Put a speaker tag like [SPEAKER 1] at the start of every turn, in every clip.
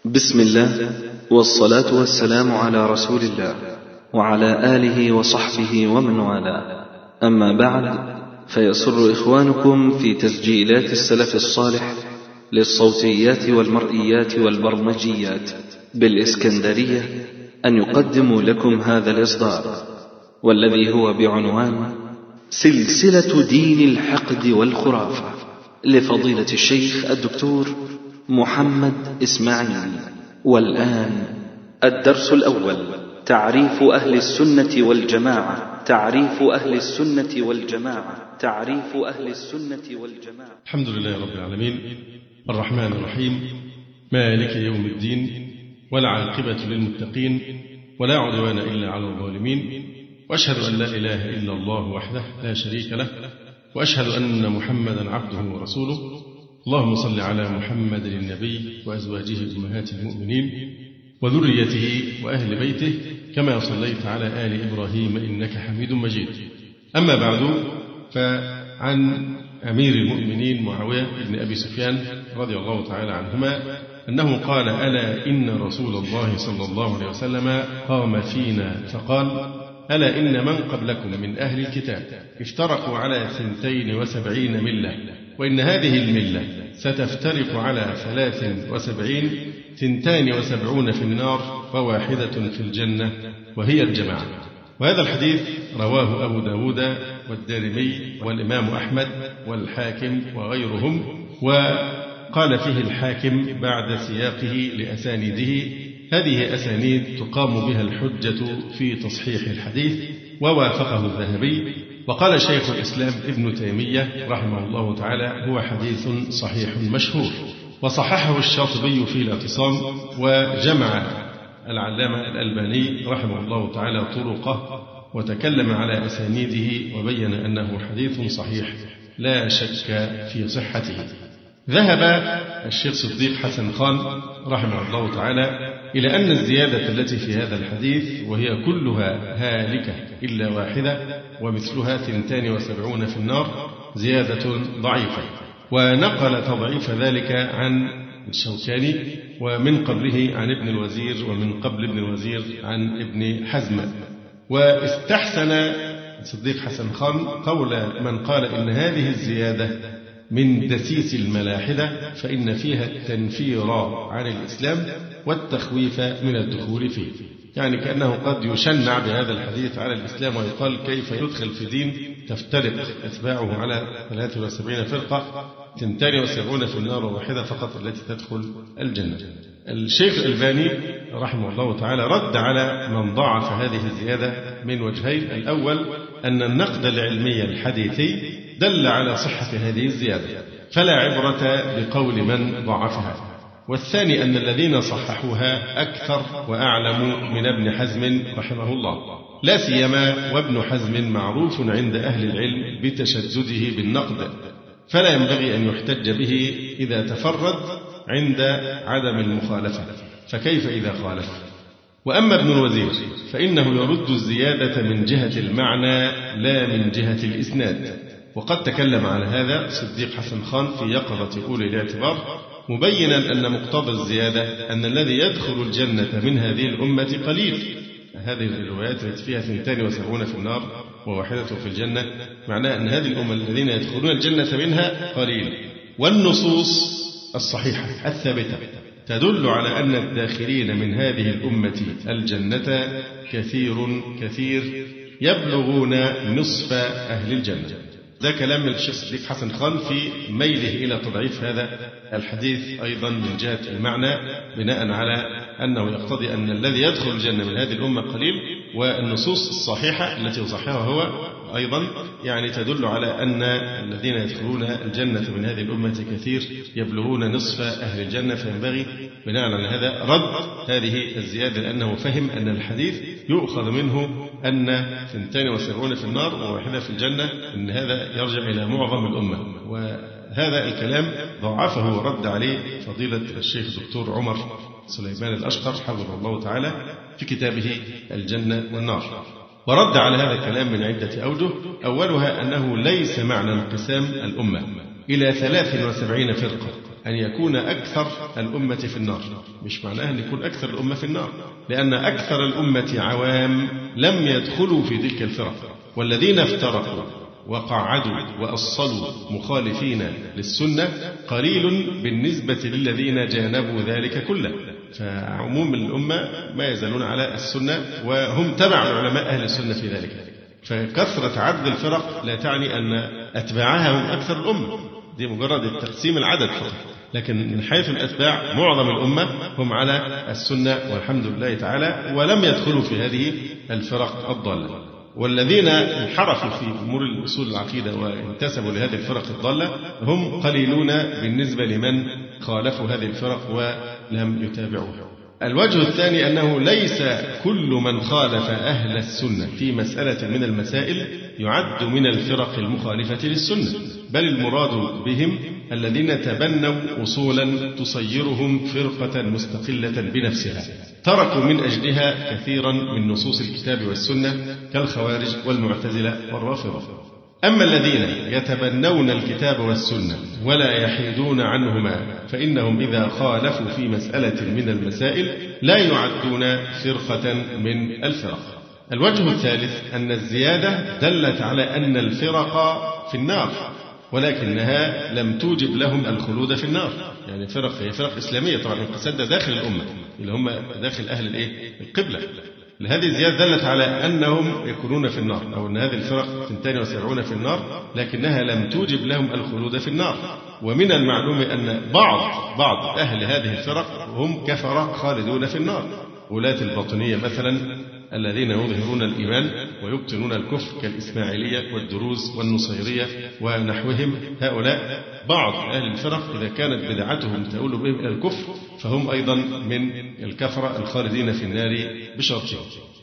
[SPEAKER 1] بسم الله والصلاة والسلام على رسول الله وعلى آله وصحبه ومن والاه، أما بعد، فيسر إخوانكم في تسجيلات السلف الصالح للصوتيات والمرئيات والبرمجيات بالإسكندرية أن يقدموا لكم هذا الإصدار، والذي هو بعنوان سلسلة دين الحقد والخرافة لفضيلة الشيخ الدكتور محمد إسماعيل. والآن الدرس الأول: تعريف أهل السنة والجماعة. تعريف أهل السنة والجماعة. تعريف أهل السنة والجماعة.
[SPEAKER 2] الحمد لله رب العالمين، الرحمن الرحيم، مالك يوم الدين، والعاقبة للمتقين، ولا عدوان إلا على الظالمين، وأشهد أن لا إله إلا الله وحده لا شريك له، وأشهد أن محمدا عبده ورسوله. اللهم صل على محمد النبي وأزواجه أمهات المؤمنين وذريته وأهل بيته كما صليت على آل إبراهيم إنك حميد مجيد. أما بعد، فعن أمير المؤمنين معاوية بن أبي سفيان رضي الله تعالى عنهما أنه قال: ألا إن رسول الله صلى الله عليه وسلم قام فينا فقال: ألا إن من قبلكم من أهل الكتاب افترقوا على 72 ملة، وإن هذه الملة ستفترق على 73، 72 في النار وواحدة في الجنة، وهي الجماعة. وهذا الحديث رواه أبو داود والدارمي والإمام أحمد والحاكم وغيرهم. وقال فيه الحاكم بعد سياقه لأسانيده: هذه أسانيد تقام بها الحجة في تصحيح الحديث. ووافقه الذهبي. وقال شيخ الإسلام ابن تيمية رحمه الله تعالى: هو حديث صحيح مشهور. وصححه الشاطبي في الاعتصام. وجمع العلامة الألباني رحمه الله تعالى طرقه وتكلم على أسانيده وبين أنه حديث صحيح لا شك في صحته. ذهب الشيخ صديق حسن خان رحمه الله تعالى إلى أن الزيادة التي في هذا الحديث، وهي كلها هالكة إلا واحدة ومثلها 72 في النار، زيادة ضعيفة. ونقل تضعيف ذلك عن الشوكاني، ومن قبله عن ابن الوزير، ومن قبل ابن الوزير عن ابن حزم. واستحسن صديق حسن خان قول من قال إن هذه الزيادة من دسيس الملاحدة، فإن فيها التنفير عن الإسلام والتخويف من الدخول فيه. يعني كأنه قد يشنع بهذا الحديث على الإسلام ويقال: كيف يدخل في دين تفترق أتباعه على 73 فرقة، 72 في النار وواحدة فقط التي تدخل الجنة. الشيخ الألباني رحمه الله تعالى رد على من ضعف هذه الزيادة من وجهين: الأول أن النقد العلمي الحديثي دل على صحة هذه الزيادة، فلا عبرة بقول من ضعفها. والثاني أن الذين صححوها أكثر وأعلم من ابن حزم رحمه الله، لا سيما وابن حزم معروف عند أهل العلم بتشدده بالنقد، فلا ينبغي أن يحتج به إذا تفرد عند عدم المخالفة، فكيف إذا خالف؟ وأما ابن الوزير فإنه يرد الزيادة من جهة المعنى لا من جهة الإسناد. وقد تكلم على هذا صديق حسن خان في يقظة أولي الاعتبار، مبينا أن مقتضى الزيادة أن الذي يدخل الجنة من هذه الأمة قليل. هذه الروايات التي فيها 72 في النار وواحدة في الجنة، معناه أن هذه الأمة الذين يدخلون الجنة منها قليل. والنصوص الصحيحة الثابتة تدل على أن الداخلين من هذه الأمة الجنة كثير يبلغون نصف أهل الجنة. ده كلام الشيخ صديق حسن خان في ميله إلى تضعيف هذا الحديث أيضا من جهة المعنى، بناء على أنه يقتضي أن الذي يدخل الجنة من هذه الأمة قليل، والنصوص الصحيحة التي يصححها هو أيضا يعني تدل على أن الذين يدخلون الجنة من هذه الأمة كثير يبلغون نصف أهل الجنة. فينبغي بناء على هذا رد هذه الزيادة، لأنه فهم أن الحديث يؤخذ منه أن 72 في النار وواحدة في الجنة، أن هذا يرجع إلى معظم الأمة. وهذا الكلام ضعفه ورد عليه فضيلة الشيخ دكتور عمر سليمان الأشقر حفظه الله تعالى في كتابه الجنة والنار. ورد على هذا الكلام من عدة أوجه. أولها أنه ليس معنى انقسام الأمة إلى 73 فرقة أن يكون أكثر الأمة في النار. مش معناها أن يكون أكثر الأمة في النار، لأن أكثر الأمة عوام لم يدخلوا في تلك الفرق، والذين افترقوا وقعدوا وأصلوا مخالفين للسنة قليل بالنسبة للذين جانبوا ذلك كله. فعموم الأمة ما يزالون على السنة، وهم تبع العلماء أهل السنة في ذلك. فكثرة عدد الفرق لا تعني أن أتباعها هم أكثر الأمة، دي مجرد التقسيم العدد فقط، لكن من حيث الأتباع معظم الأمة هم على السنة والحمد لله تعالى، ولم يدخلوا في هذه الفرق الضالة. والذين انحرفوا في أمور الأصول العقيدة وانتسبوا لهذه الفرق الضالة هم قليلون بالنسبة لمن خالفوا هذه الفرق ولم يتابعوها. الوجه الثاني أنه ليس كل من خالف أهل السنة في مسألة من المسائل يعد من الفرق المخالفة للسنة، بل المراد بهم الذين تبنوا أصولا تصيرهم فرقة مستقلة بنفسها تركوا من أجلها كثيرا من نصوص الكتاب والسنة كالخوارج والمعتزلة والرافضة. أما الذين يتبنون الكتاب والسنة ولا يحيدون عنهما فإنهم إذا خالفوا في مسألة من المسائل لا يعدون فرقة من الفرق. الوجه الثالث أن الزيادة دلت على أن الفرق في النار، ولكنها لم توجب لهم الخلود في النار. يعني فرق هي فرق إسلامية طبعا، القسد داخل الأمة اللي هم داخل أهل القبلة. هذه الزيادة دلت على أنهم يكونون في النار، أو أن هذه الفرق 72 في النار، لكنها لم توجب لهم الخلود في النار. ومن المعلوم أن بعض أهل هذه الفرق هم كفرة خالدون في النار، ولاة الباطنية مثلا الذين يظهرون الإيمان ويبطنون الكفر كالإسماعيلية والدروز والنصيرية ونحوهم. هؤلاء بعض أهل الفرق إذا كانت بدعتهم تؤول بهم إلى الكفر فهم أيضا من الكفرة الخالدين في النار بشرطهم.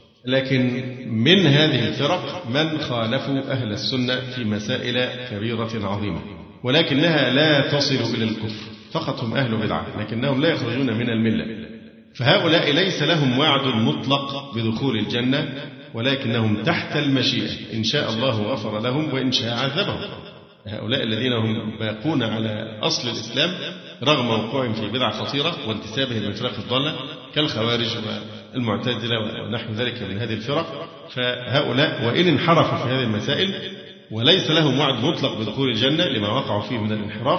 [SPEAKER 2] لكن من هذه الفرق من خالفوا أهل السنة في مسائل كبيرة عظيمة، ولكنها لا تصل إلى الكفر، فقط هم أهل بدعة لكنهم لا يخرجون من الملة. فهؤلاء ليس لهم وعد مطلق بدخول الجنة، ولكنهم تحت المشيئة، إن شاء الله غفر لهم وإن شاء عذبهم. هؤلاء الذين هم باقون على أصل الإسلام رغم وقوعهم في بدعة خطيرة وانتسابهم للفرق الضالة كالخوارج والمعتزلة ونحو ذلك من هذه الفرق، فهؤلاء وإن انحرفوا في هذه المسائل وليس لهم وعد مطلق بدخول الجنة لما وقعوا فيه من الانحراف،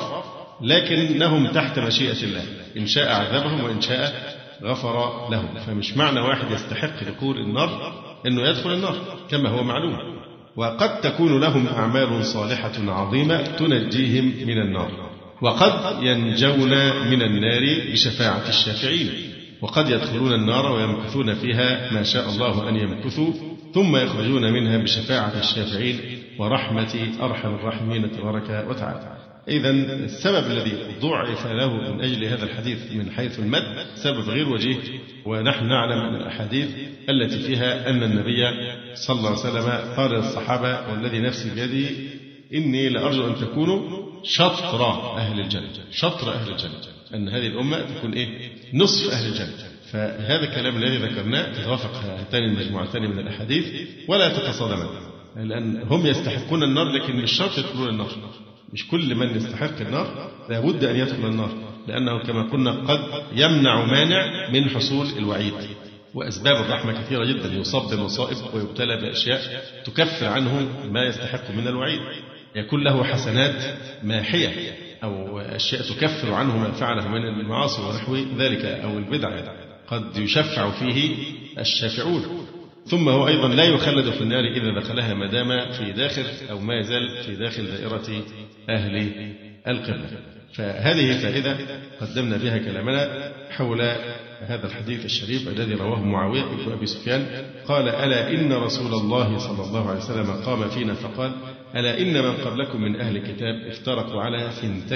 [SPEAKER 2] لكنهم تحت مشيئة الله، إن شاء عذبهم وإن شاء غفر لهم. فمش معنى واحد يستحق دخول النار أنه يدخل النار كما هو معلوم، وقد تكون لهم أعمال صالحة عظيمة تنجيهم من النار، وقد ينجون من النار بشفاعة الشافعين، وقد يدخلون النار ويمكثون فيها ما شاء الله أن يمكثوا ثم يخرجون منها بشفاعة الشافعين ورحمة أرحم الراحمين تبارك وتعالى. إذن السبب الذي ضعف له من أجل هذا الحديث من حيث المد سبب غير وجيه، ونحن نعلم أن الأحاديث التي فيها أن النبي صلى الله عليه وسلم قال للصحابة والذي نفسي بيده إني لأرجو أن تكونوا شطر أهل الجنة، شطر أهل الجنة، أن هذه الأمة تكون نصف أهل الجنة. فهذا الكلام الذي ذكرناه تتوافق هاتان المجموعتان من الأحاديث ولا تتصادمان، لأن هم يستحقون النار لكن مش شرط يدخلون النار. مش كل من يستحق النار لابد أن يدخل النار، لأنه كما قلنا قد يمنع مانع من حصول الوعيد. وأسباب الرحمة كثيرة جدا، يصاب بالمصائب ويبتلى بأشياء تكفر عنه ما يستحق من الوعيد، يكون له حسنات ماحية أو أشياء تكفر عنه ما فعله من المعاصي ونحو ذلك أو البدع، قد يشفع فيه الشافعون. ثم هو أيضا لا يخلد في النار إذا دخلها ما دام في داخل أو ما يزال في داخل دائرة أهل القبلة. فهذه فائدة قدمنا بها كلامنا حول هذا الحديث الشريف الذي رواه معاوية بن أبي سفيان قال: ألا إن رسول الله صلى الله عليه وسلم قام فينا فقال: ألا إن من قبلكم من أهل الكتاب افترقوا على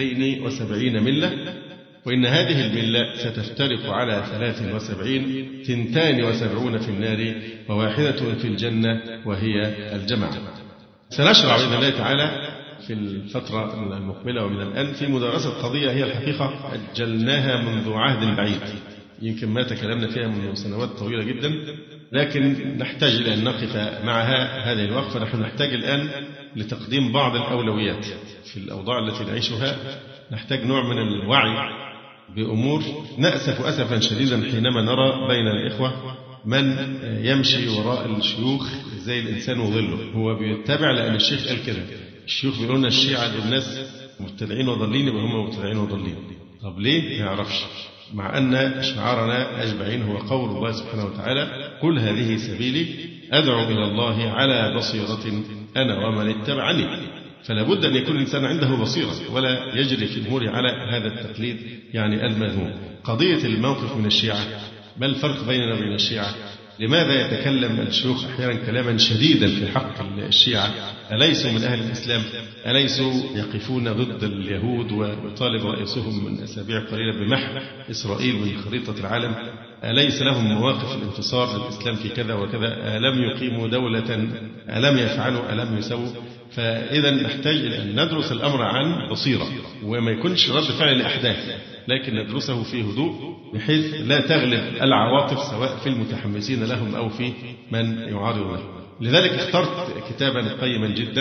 [SPEAKER 2] 72 ملة، وإن هذه الملة ستفترق على 73، 72 في النار وواحدة في الجنة وهي الجماعة. سنشرع بإذن الله تعالى في الفترة المقبلة ومن الآن في مدرسة قضية هي الحقيقة أجلناها منذ عهد بعيد، يمكن ما تكلمنا فيها منذ سنوات طويلة جدا، لكن نحتاج إلى أن نقف معها هذه الوقفة. نحن نحتاج الآن لتقديم بعض الأولويات في الأوضاع التي نعيشها نحتاج نوع من الوعي بأمور. نأسف أسفا شديدا حينما نرى بين الإخوة من يمشي وراء الشيوخ زي الإنسان وظله، هو بيتبع لأن الشيخ قال كده. الشيوخ بيقولون الشيعة دول ناس مبتدعين وضالين، يبقى هم مبتدعين وضالين. طب ليه؟ ما يعرفش، مع أن شعارنا أجمعين هو قول الله سبحانه وتعالى: قل هذه سبيلي أدعو إلى الله على بصيرة أنا ومن اتبعني. فلا بد أن يكون الإنسان عنده بصيرة ولا يجري في الأمور على هذا التقليد يعني المذموم. قضية الموقف من الشيعة، ما الفرق بيننا وبين الشيعة؟ لماذا يتكلم الشيوخ أحيانا كلاما شديدا في حق الشيعة؟ أليسوا من أهل الإسلام؟ أليسوا يقفون ضد اليهود ويطالب رئيسهم من أسابيع قليلة بمحو إسرائيل من خريطة العالم؟ أليس لهم مواقف الانتصار للإسلام في كذا وكذا؟ ألم يقيموا دولة؟ ألم يفعلوا؟ ألم يسووا؟ فإذا نحتاج أن ندرس الأمر عن بصيرة، وما يكونش رد فعل لأحداث، لكن ندرسه في هدوء بحيث لا تغلب العواطف سواء في المتحمسين لهم أو في من يعارض لهم. لذلك اخترت كتابا قيما جدا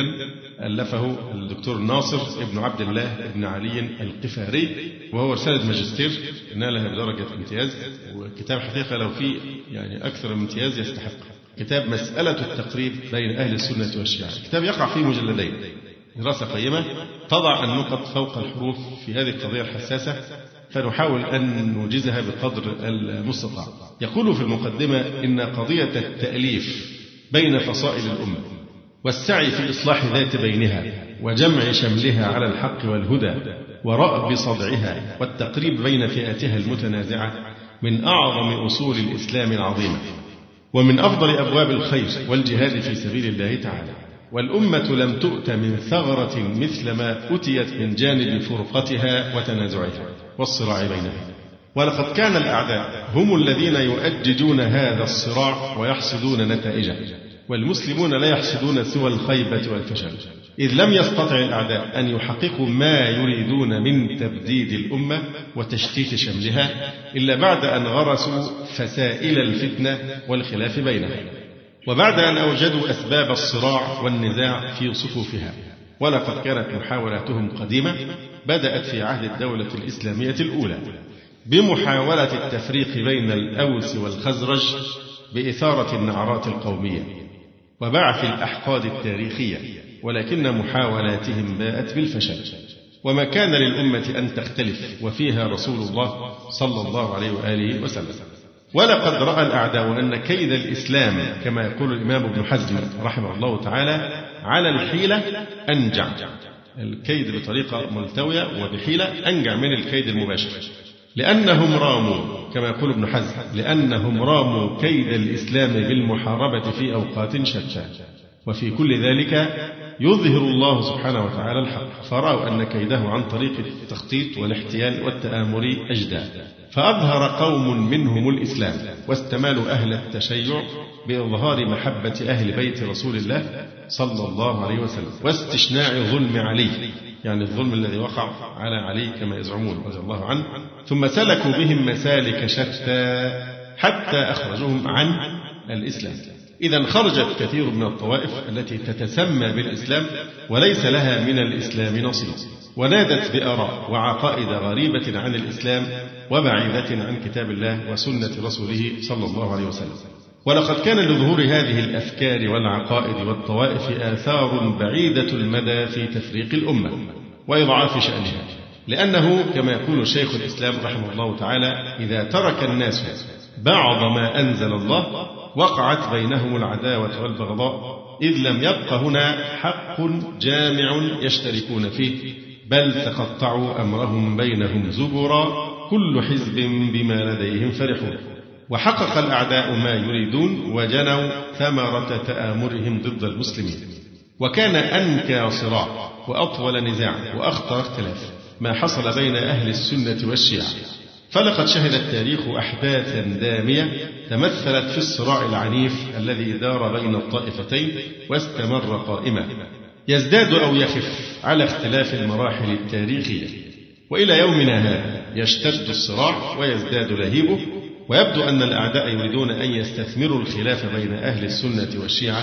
[SPEAKER 2] ألفه الدكتور ناصر ابن عبد الله ابن علي القفاري، وهو رسالة ماجستير نالها بدرجة امتياز، وكتاب حقيقة لو فيه يعني أكثر من امتياز يستحق. كتاب مسألة التقريب بين أهل السنة والشيعة، كتاب يقع فيه مجلدين، دراسة قيمة تضع النقط فوق الحروف في هذه القضية الحساسة، فنحاول أن نوجزها بقدر المستطاع. يقول في المقدمة إن قضية التأليف بين فصائل الأمة والسعي في إصلاح ذات بينها وجمع شملها على الحق والهدى ورأب صدعها والتقريب بين فئاتها المتنازعة من أعظم أصول الإسلام العظيمة، ومن أفضل أبواب الخير والجهاد في سبيل الله تعالى. والأمة لم تؤت من ثغرة مثل ما أتيت من جانب فرقتها وتنازعها والصراع بينها. ولقد كان الأعداء هم الذين يؤججون هذا الصراع ويحصدون نتائجه، والمسلمون لا يحصدون سوى الخيبة والفشل، إذ لم يستطع الأعداء أن يحققوا ما يريدون من تبديد الأمة وتشتيت شملها إلا بعد أن غرسوا فسائل الفتنة والخلاف بينها، وبعد أن أوجدوا أسباب الصراع والنزاع في صفوفها. ولقد كانت محاولاتهم قديمة، بدأت في عهد الدولة الإسلامية الأولى بمحاولة التفريق بين الأوس والخزرج بإثارة النعرات القومية وبعث الأحقاد التاريخية، ولكن محاولاتهم باءت بالفشل. وما كان للأمة أن تختلف وفيها رسول الله صلى الله عليه وآله وسلم. ولقد رأى الأعداء أن كيد الإسلام كما يقول الإمام ابن حزم رحمه الله تعالى على الحيلة أنجع، الكيد بطريقة ملتوية وبحيلة أنجع من الكيد المباشر، لأنهم راموا كما يقول ابن حزم لأنهم راموا كيد الإسلام بالمحاربة في أوقات شتى، وفي كل ذلك يظهر الله سبحانه وتعالى الحق، فرأوا أن كيده عن طريق التخطيط والاحتيال والتآمر أجدى، فأظهر قوم منهم الإسلام واستمالوا أهل التشيع بإظهار محبة أهل بيت رسول الله صلى الله عليه وسلم واستشناع ظلم علي، يعني الظلم الذي وقع على علي كما يزعمون رضي الله عنه، ثم سلكوا بهم مسالك شتى حتى أخرجوهم عن الإسلام. إذا خرجت كثير من الطوائف التي تتسمى بالإسلام وليس لها من الإسلام نصيب، ونادت بآراء وعقائد غريبة عن الإسلام وبعيدة عن كتاب الله وسنة رسوله صلى الله عليه وسلم. ولقد كان لظهور هذه الأفكار والعقائد والطوائف آثار بعيدة المدى في تفريق الأمة وإضعاف شأنها، لأنه كما يقول شيخ الإسلام رحمه الله تعالى: إذا ترك الناس بعض ما أنزل الله وقعت بينهم العداوة والبغضاء، إذ لم يبق هنا حق جامع يشتركون فيه، بل تقطعوا أمرهم بينهم زبرا كل حزب بما لديهم فرحون. وحقق الأعداء ما يريدون وجنوا ثمرة تآمرهم ضد المسلمين. وكان أنكى صراع وأطول نزاع وأخطر اختلاف ما حصل بين أهل السنة والشيعة، فلقد شهد التاريخ أحداثا دامية تمثلت في الصراع العنيف الذي دار بين الطائفتين واستمر قائما، يزداد أو يخف على اختلاف المراحل التاريخية، وإلى يومنا هذا يشتد الصراع ويزداد لهيبه. ويبدو أن الأعداء يريدون أن يستثمروا الخلاف بين أهل السنة والشيعة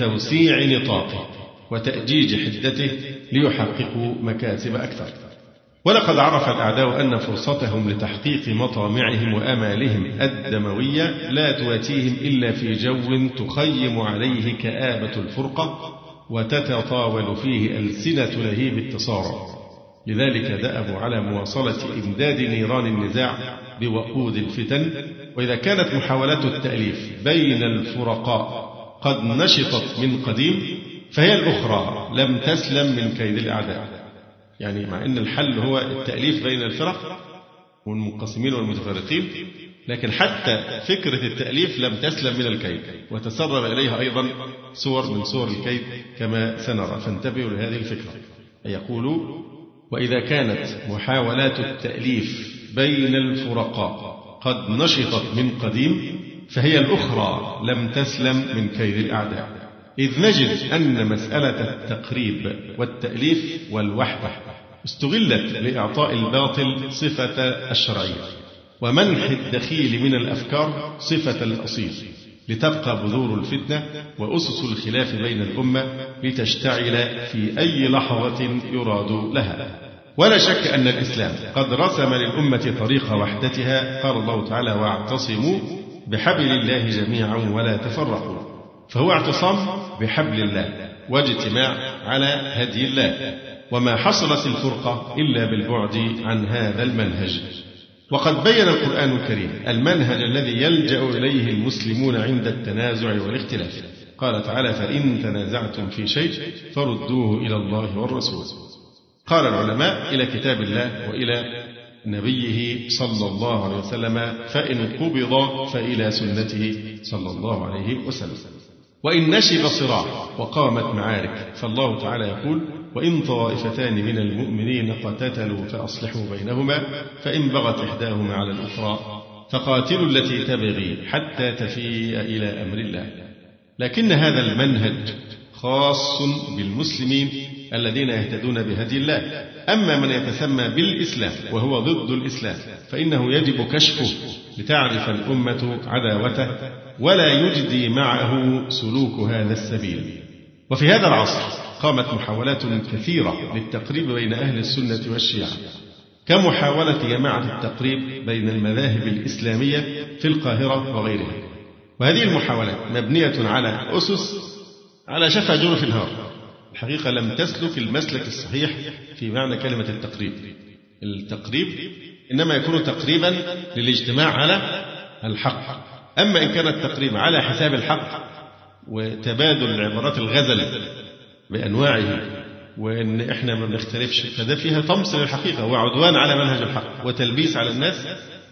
[SPEAKER 2] بتوسيع نطاقه وتأجيج حدته ليحققوا مكاسب أكثر. ولقد عرف الأعداء أن فرصتهم لتحقيق مطامعهم وآمالهم الدموية لا تواتيهم إلا في جو تخيم عليه كآبة الفرقة وتتطاول فيه ألسنة لهيب التصارع. لذلك دأبوا على مواصلة إمداد نيران النزاع بوقود الفتن. وإذا كانت محاولات التأليف بين الفرقاء قد نشطت من قديم، فهي الأخرى لم تسلم من كيد الأعداء. يعني مع أن الحل هو التأليف بين الفرق والمنقسمين والمتفرقين، لكن حتى فكرة التأليف لم تسلم من الكيد، وتسرب إليها أيضا صور من صور الكيد كما سنرى، فانتبهوا لهذه الفكرة. يقول: وإذا كانت محاولات التأليف بين الفرقاء قد نشطت من قديم، فهي الأخرى لم تسلم من كيد الأعداء. إذ نجد أن مسألة التقريب والتأليف والوحدة استغلت لإعطاء الباطل صفة الشرعية، ومنح الدخيل من الأفكار صفة الأصيل، لتبقى بذور الفتنة وأسس الخلاف بين الأمة لتشتعل في أي لحظة يراد لها. ولا شك أن الإسلام قد رسم للأمة طريق وحدتها. قال الله تعالى: واعتصموا بحبل الله جميعا ولا تفرقوا. فهو اعتصام بحبل الله واجتماع على هدي الله، وما حصلت الفرقة إلا بالبعد عن هذا المنهج. وقد بين القرآن الكريم المنهج الذي يلجأ إليه المسلمون عند التنازع والاختلاف. قال تعالى: فإن تنازعتم في شيء فردوه إلى الله والرسول. قال العلماء: إلى كتاب الله وإلى نبيه صلى الله عليه وسلم، فإن قبض فإلى سنته صلى الله عليه وسلم. وإن نشب صراع وقامت معارك، فالله تعالى يقول: وإن طائفتان من المؤمنين اقتتلوا فأصلحوا بينهما، فإن بغت إحداهما على الأخرى فقاتلوا التي تبغي حتى تفيء إلى أمر الله. لكن هذا المنهج خاص بالمسلمين الذين يهتدون بهدي الله. أما من يتسمى بالإسلام وهو ضد الإسلام فإنه يجب كشفه لتعرف الأمة عداوته ولا يجدي معه سلوك هذا السبيل. وفي هذا العصر قامت محاولات كثيرة للتقريب بين أهل السنة والشيعة، كمحاولة جماعة التقريب بين المذاهب الإسلامية في القاهرة وغيرها. وهذه المحاولات مبنية على أسس على شفا جرف الهار. الحقيقة لم تسلك المسلك الصحيح في معنى كلمة التقريب. التقريب إنما يكون تقريبا للاجتماع على الحق. أما إن كان التقريب على حساب الحق وتبادل العبارات الغزل بأنواعه وإن إحنا ما بنختلفش، فده فيها طمس للحقيقة وعدوان على منهج الحق وتلبيس على الناس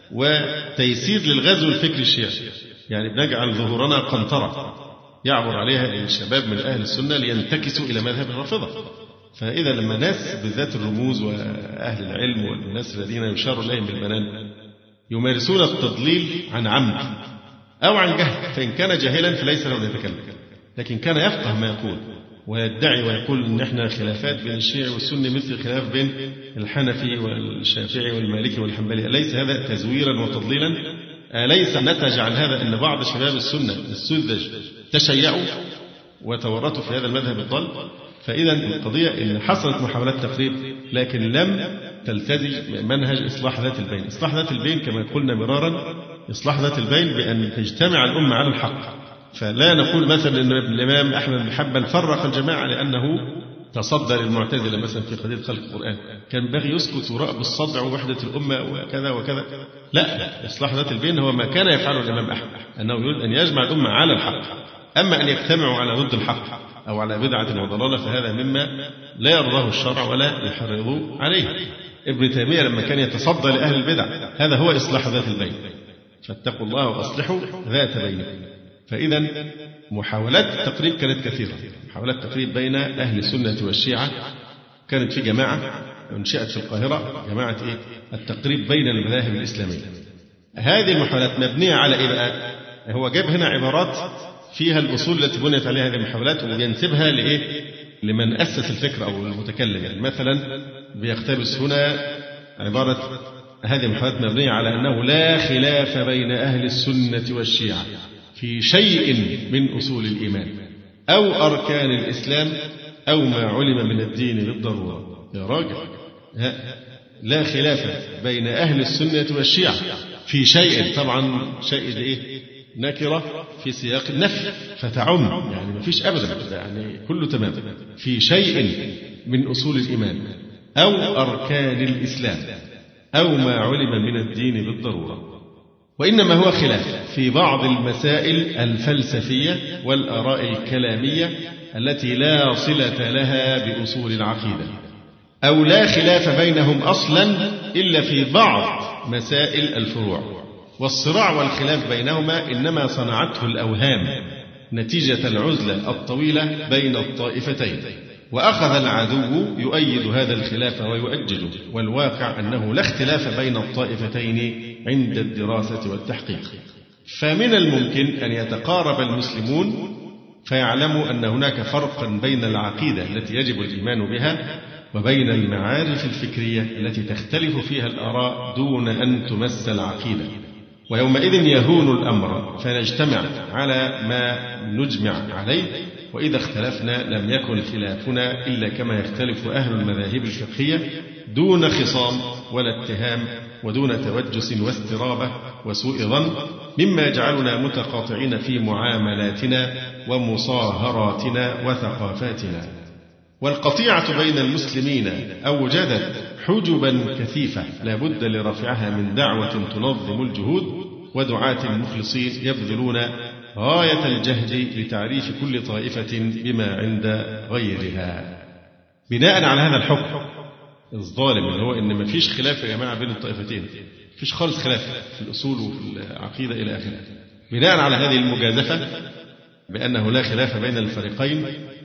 [SPEAKER 2] وتيسير للغزو الفكري الشيعي. يعني بنجعل ظهورنا قنطرة يعبر عليها الشباب من أهل السنة لينتكسوا إلى مذهب الرافضة. فإذا لما ناس بالذات الرموز وأهل العلم والناس الذين يشار إليهم بالبنان يمارسون التضليل عن عمد أو عن جهل، فإن كان جاهلا فليس له أن يتكلم، لكن كان يفقه ما يقول ويدعي ويقول إن إحنا خلافات بين الشيعي والسني مثل الخلاف بين الحنفي والشافعي والمالكي والحنبلي. أليس هذا تزويرا وتضليلا؟ أليس نتج عن هذا أن بعض شباب السنة السذج تشيعوا وتورطوا في هذا المذهب الضال؟ فإذا القضية إن حصلت محاولات تقريب لكن لم تلتزم منهج إصلاح ذات البين. إصلاح ذات البين كما قلنا مرارا، إصلاح ذات البين بأن تجتمع الأمة على الحق. فلا نقول مثلا أن الإمام أحمد بن حنبل فرق الجماعة لأنه تصدى للمعتزلة مثلا في قضية خلق القرآن، كان بغي يسكت وراء بالصدع ووحدة الأمة وكذا وكذا. لا، إصلاح ذات البين هو ما كان يفعله الإمام أحمد، أنه يريد أن يجمع الأمة على الحق. أما أن يجتمعوا على ضد الحق أو على بدعة وضلالة فهذا مما لا يرضاه الشرع ولا يحرض عليه. ابن تيمية لما كان يتصدى لأهل البدع هذا هو إصلاح ذات البين، فاتقوا الله وأصلحوا ذات بينكم. فإذا محاولات التقريب كانت كثيرة، محاولات التقريب بين أهل السنة والشيعة. كانت في جماعة انشأت في القاهرة، جماعة التقريب بين المذاهب الإسلامية. هذه المحاولات مبنية على إيه بقى؟ هو جاب هنا عبارات فيها الأصول التي بنيت عليها هذه المحاولات وينسبها لإيه؟ لمن أسس الفكرة أو المتكلم. يعني مثلا بيقتبس هنا عبارة هذه المحاولات مبنية على أنه لا خلاف بين أهل السنة والشيعة في شيء من أصول الإيمان أو أركان الإسلام أو ما علم من الدين بالضرورة. يا راجل، لا خلاف بين أهل السنة والشيعة في شيء، طبعا شيء إيه؟ نكرة في سياق النفي فتعم، يعني ما فيش أبدا، يعني كله تمام، في شيء من أصول الإيمان أو أركان الإسلام أو ما علم من الدين بالضرورة. وإنما هو خلاف في بعض المسائل الفلسفية والآراء الكلامية التي لا صلة لها بأصول العقيدة، أو لا خلاف بينهم أصلا إلا في بعض مسائل الفروع، والصراع والخلاف بينهما إنما صنعته الأوهام نتيجة العزلة الطويلة بين الطائفتين، وأخذ العدو يؤيد هذا الخلاف ويؤجله، والواقع أنه لا اختلاف بين الطائفتين عند الدراسة والتحقيق. فمن الممكن أن يتقارب المسلمون فيعلموا أن هناك فرقا بين العقيدة التي يجب الإيمان بها وبين المعارف الفكرية التي تختلف فيها الآراء دون أن تمس العقيدة، ويومئذ يهون الأمر فنجتمع على ما نجمع عليه، وإذا اختلفنا لم يكن خلافنا إلا كما يختلف أهل المذاهب الفقهية دون خصام ولا اتهام ودون توجس واسترابة وسوء ظن، مما يجعلنا متقاطعين في معاملاتنا ومصاهراتنا وثقافاتنا. والقطيعة بين المسلمين أوجدت حجبا كثيفة لا بد لرفعها من دعوة تنظم الجهود ودعاة مخلصين يبذلون غاية الجهد لتعريف كل طائفة بما عند غيرها. بناء على هذا الحكم الظالم اللي هو إن مفيش خلاف يا جماعة بين الطائفتين، مفيش خالص خلاف في الأصول وفي العقيدة إلى آخره، بناء على هذه المجازفة بأنه لا خلاف بين الفريقين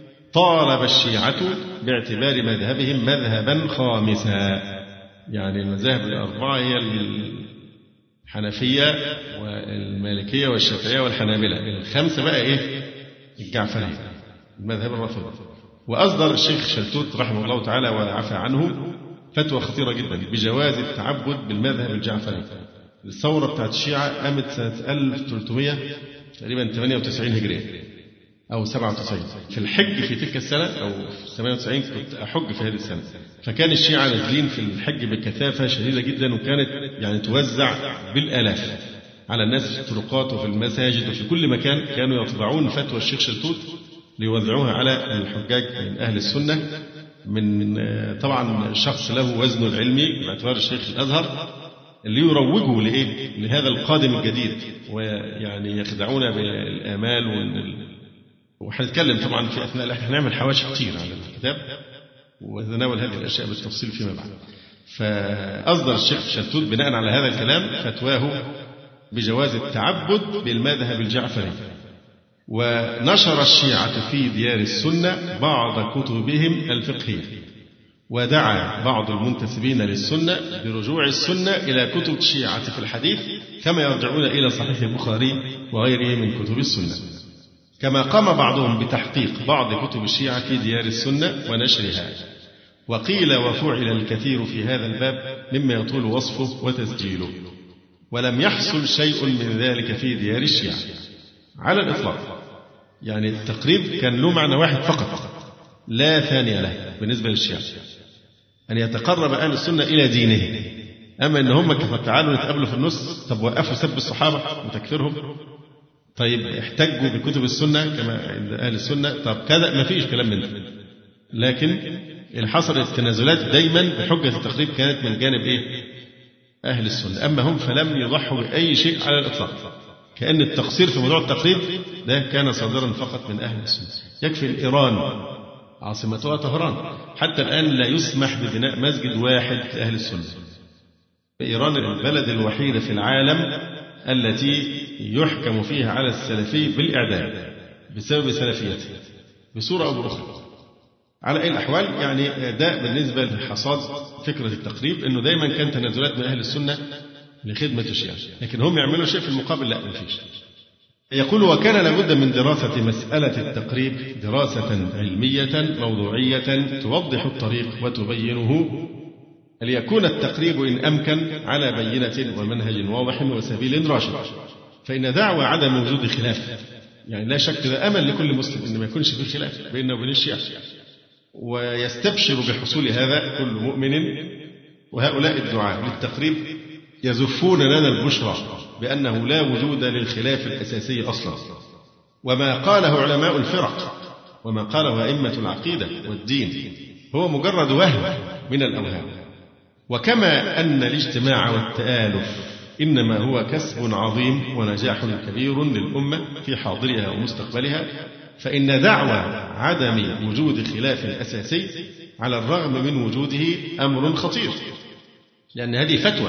[SPEAKER 2] طالب الشيعة باعتبار مذهبهم مذهبا خامسا، يعني المذاهب الأربعة هي الحنفية والمالكية والشافعية والحنابلة، الخمسة بقى إيه؟ الجعفرية، المذهب الرافضي. وأصدر الشيخ شلتوت رحمه الله تعالى وعفى عنه فتوى خطيرة جدا بجواز التعبد بالمذهب الجعفري. الثورة بتاعت الشيعة قامت سنة 1398 هجرية أو 97 في الحج في تلك السنة، أو في 98 كنت أحج في هذه السنة، فكان الشيعة نازلين في الحج بكثافة شديدة جدا، وكانت يعني توزع بالآلاف على الناس في الطرقات وفي المساجد وفي كل مكان، كانوا يطبعون فتوى الشيخ شلتوت ليوزعوها على الحجاج من أهل السنة، من طبعا شخص له وزنه العلمي باعتبار الشيخ الأزهر، اللي يروجوا لإيه؟ لهذا القادم الجديد، ويعني يخدعون بالآمال وهنتكلم طبعا في أثناء احنا هنعمل حواشي كتير على الكتاب ونتناول هذه الأشياء بالتفصيل فيما بعد. فأصدر الشيخ شلتوت بناء على هذا الكلام فتواه بجواز التعبد بالمذهب الجعفري. ونشر الشيعة في ديار السنة بعض كتبهم الفقهية، ودعا بعض المنتسبين للسنة برجوع السنة إلى كتب الشيعة في الحديث كما يرجعون إلى صحيح البخاري وغيره من كتب السنة، كما قام بعضهم بتحقيق بعض كتب الشيعة في ديار السنة ونشرها. وقيل وفعل الكثير في هذا الباب مما يطول وصفه وتسجيله، ولم يحصل شيء من ذلك في ديار الشيعة على الإطلاق. يعني التقريب كان له معنى واحد فقط لا ثاني له بالنسبة للشيعة، أن يتقرب أهل السنة إلى دينه. أما أن هم كيف تعالوا نتقابلوا في النص، طب وقفوا سب الصحابة وتكفيرهم، طيب احتجوا بكتب السنة كما عند أهل السنة، طب كذا، ما فيش كلام من ده. لكن اللي حصل التنازلات دايما بحجة التقريب كانت من جانب إيه؟ أهل السنة. أما هم فلم يضحوا بأي شيء على الإطلاق، كأن التقصير في موضوع التقريب ده كان صادرا فقط من أهل السنة. يكفي إيران عاصمتها طهران حتى الآن لا يسمح ببناء مسجد واحد لأهل السنة. إيران البلد الوحيد في العالم التي يحكم فيها على السلفي بالإعدام بسبب سلفيته بصورة أو بأخرى. على أي الأحوال يعني ده بالنسبة لحصاد فكرة التقريب، أنه دايما كان تنازلات من أهل السنة لخدمة الشيعة، لكن هم يعملوا شيء في المقابل لا، ما فيش. يقول وكان لابد من دراسة مسألة التقريب دراسة علمية موضوعية توضح الطريق وتبينه، ليكون التقريب إن أمكن على بينة ومنهج واضح وسبيل راشد. فإن دعوى عدم وجود خلاف، يعني لا شك ده أمل لكل مسلم إن ما يكونش في خلاف بيننا وبين الشيعة، ويستبشر بحصول هذا كل مؤمن وهؤلاء الدعاة للتقريب يزفون لنا البشرى بأنه لا وجود للخلاف الأساسي أصلا، وما قاله علماء الفرق وما قاله أئمة العقيدة والدين هو مجرد وهم من الأوهام. وكما أن الاجتماع والتآلف إنما هو كسب عظيم ونجاح كبير للأمة في حاضرها ومستقبلها، فإن دعوى عدم وجود خلاف أساسي على الرغم من وجوده أمر خطير، لأن هذه فتوى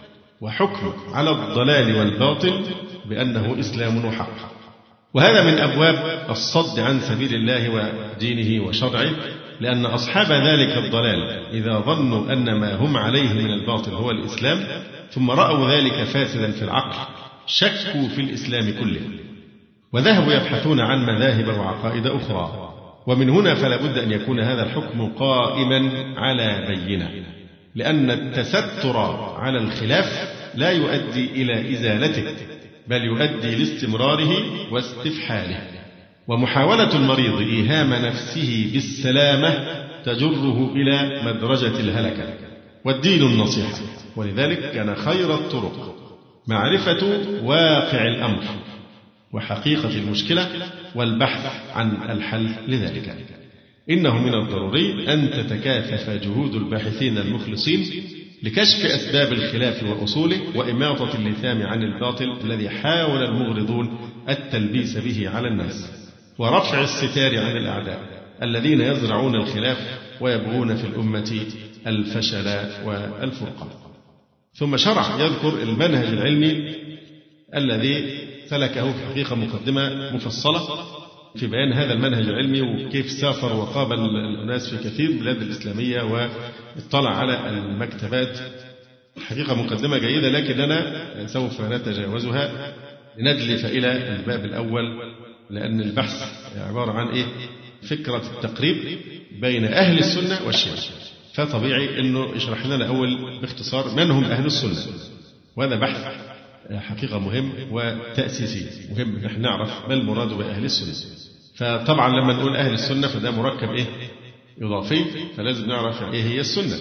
[SPEAKER 2] وحكم على الضلال والباطل بأنه إسلام وحق، وهذا من أبواب الصد عن سبيل الله ودينه وشرعه، لأن أصحاب ذلك الضلال إذا ظنوا أن ما هم عليه من الباطل هو الإسلام ثم رأوا ذلك فاسدا في العقل شكوا في الإسلام كله وذهبوا يبحثون عن مذاهب وعقائد أخرى. ومن هنا فلا بد أن يكون هذا الحكم قائما على بينة، لأن التستر على الخلاف لا يؤدي إلى إزالته بل يؤدي لاستمراره واستفحاله، ومحاولة المريض إيهام نفسه بالسلامة تجره إلى مدرجة الهلكة، والدين النصيحة. ولذلك كان خير الطرق معرفة واقع الأمر وحقيقة المشكلة والبحث عن الحل لذلك. إنه من الضروري أن تتكاثف جهود الباحثين المخلصين لكشف أسباب الخلاف وأصوله وإماطة اللثام عن الباطل الذي حاول المغرضون التلبيس به على الناس، ورفع الستار عن الأعداء الذين يزرعون الخلاف ويبغون في الأمة الفشل والفرقة. ثم شرع يذكر المنهج العلمي الذي سلكه في حقيقة مقدمة مفصلة في بيان هذا المنهج العلمي وكيف سافر وقابل الناس في كثير من البلاد الإسلامية واطلع على المكتبات. حقيقة مقدمة جيدة لكننا سوف نتجاوزها لندلف إلى الباب الأول، لأن البحث عبارة عن فكرة التقريب بين أهل السنة والشيعة، فطبيعي أنه يشرح لنا أول باختصار من هم أهل السنة، وهذا بحث حقيقة مهم وتأسيسي مهم نحن نعرف ما المراد بأهل السنة. فطبعا لما نقول أهل السنة فده مركب إضافي، فلازم نعرف إيه هي السنة.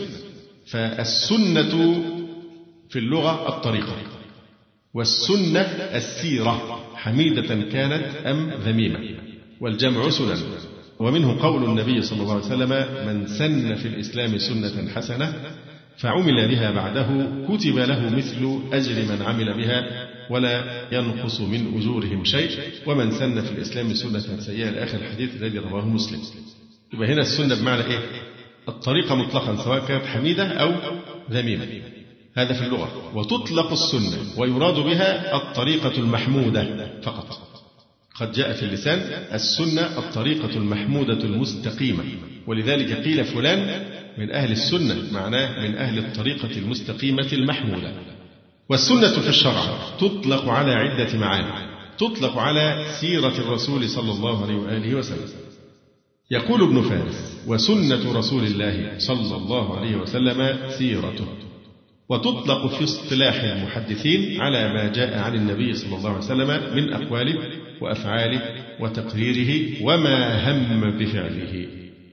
[SPEAKER 2] فالسنة في اللغة الطريقة، والسنة السيرة حميدة كانت أم ذميمة، والجمع سنن. ومنه قول النبي صلى الله عليه وسلم: من سن في الإسلام سنة حسنة فعمل بها بعده كتب له مثل أجر من عمل بها ولا ينقص من أجورهم شيء، ومن سن في الإسلام سنة سيئة لآخر الحديث الذي رواه مسلم. يبقى هنا السنة بمعنى الطريقة مطلقا سواء كانت حميدة أو ذميمة، هذا في اللغة. وتطلق السنة ويراد بها الطريقة المحمودة فقط. قد جاء في اللسان السنة الطريقة المحمودة المستقيمة، ولذلك قيل فلان من أهل السنة، معناه من أهل الطريقة المستقيمة المحمودة. والسنة في الشرع تطلق على عدة معاني، تطلق على سيرة الرسول صلى الله عليه وآله وسلم. يقول ابن فارس: وسنة رسول الله صلى الله عليه وسلم سيرته. وتطلق في اصطلاح المحدثين على ما جاء عن النبي صلى الله عليه وسلم من أقواله وأفعاله وتقريره وما هم بفعله.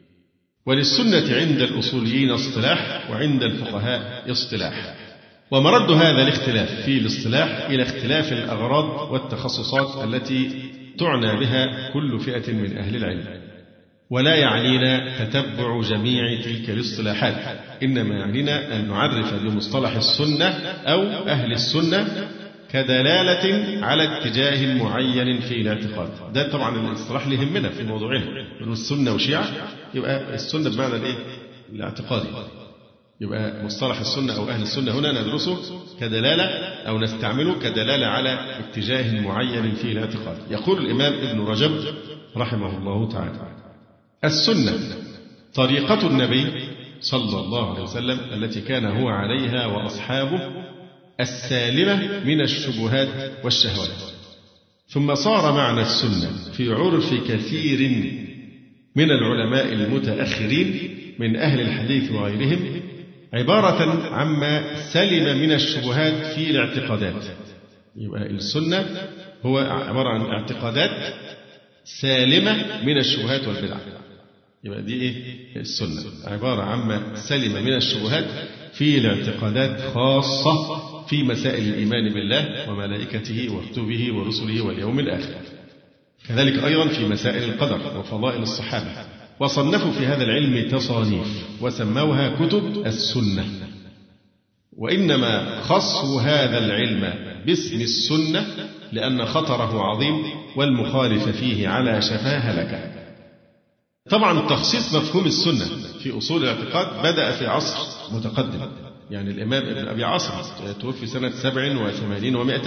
[SPEAKER 2] وللسنة عند الأصوليين اصطلاح، وعند الفقهاء اصطلاح. ومرد هذا الاختلاف في الاصطلاح إلى اختلاف الأغراض والتخصصات التي تعنى بها كل فئة من أهل العلم. ولا يعنينا تتبع جميع تلك الاصطلاحات، إنما يعنينا أن نعرف بمصطلح السنة أو أهل السنة كدلالة على اتجاه معين في الاعتقاد. ده طبعا الاصطلاح اللي يهمنا في موضوعنا، من السنة وشيعة يبقى السنة بمعنى الاعتقادي، يبقى مصطلح السنة أو أهل السنة هنا ندرسه كدلالة أو نستعمله كدلالة على اتجاه معين في الاعتقاد. يقول الإمام ابن رجب رحمه الله تعالى: السنة طريقة النبي صلى الله عليه وسلم التي كان هو عليها وأصحابه، السالمة من الشبهات والشهوات. ثم صار معنى السنة في عرف كثير من العلماء المتأخرين من أهل الحديث وغيرهم عبارة عما سلم من الشبهات في الاعتقادات. يبقى السنة هو عبارة عن اعتقادات سالمة من الشبهات والبدع. يبقى دي السنة عبارة عما سلم من الشبهات في الاعتقادات خاصة في مسائل الإيمان بالله وملائكته وكتبه ورسله واليوم الآخر. كذلك أيضا في مسائل القدر وفضائل الصحابة. وصنفوا في هذا العلم تصانيف وسموها كتب السنة. وإنما خصوا هذا العلم باسم السنة لأن خطره عظيم والمخالف فيه على شفا هلكة. طبعا تخصيص مفهوم السنة في أصول الاعتقاد بدأ في عصر متقدم، يعني الإمام ابن أبي عاصم توفي سنة 87 و200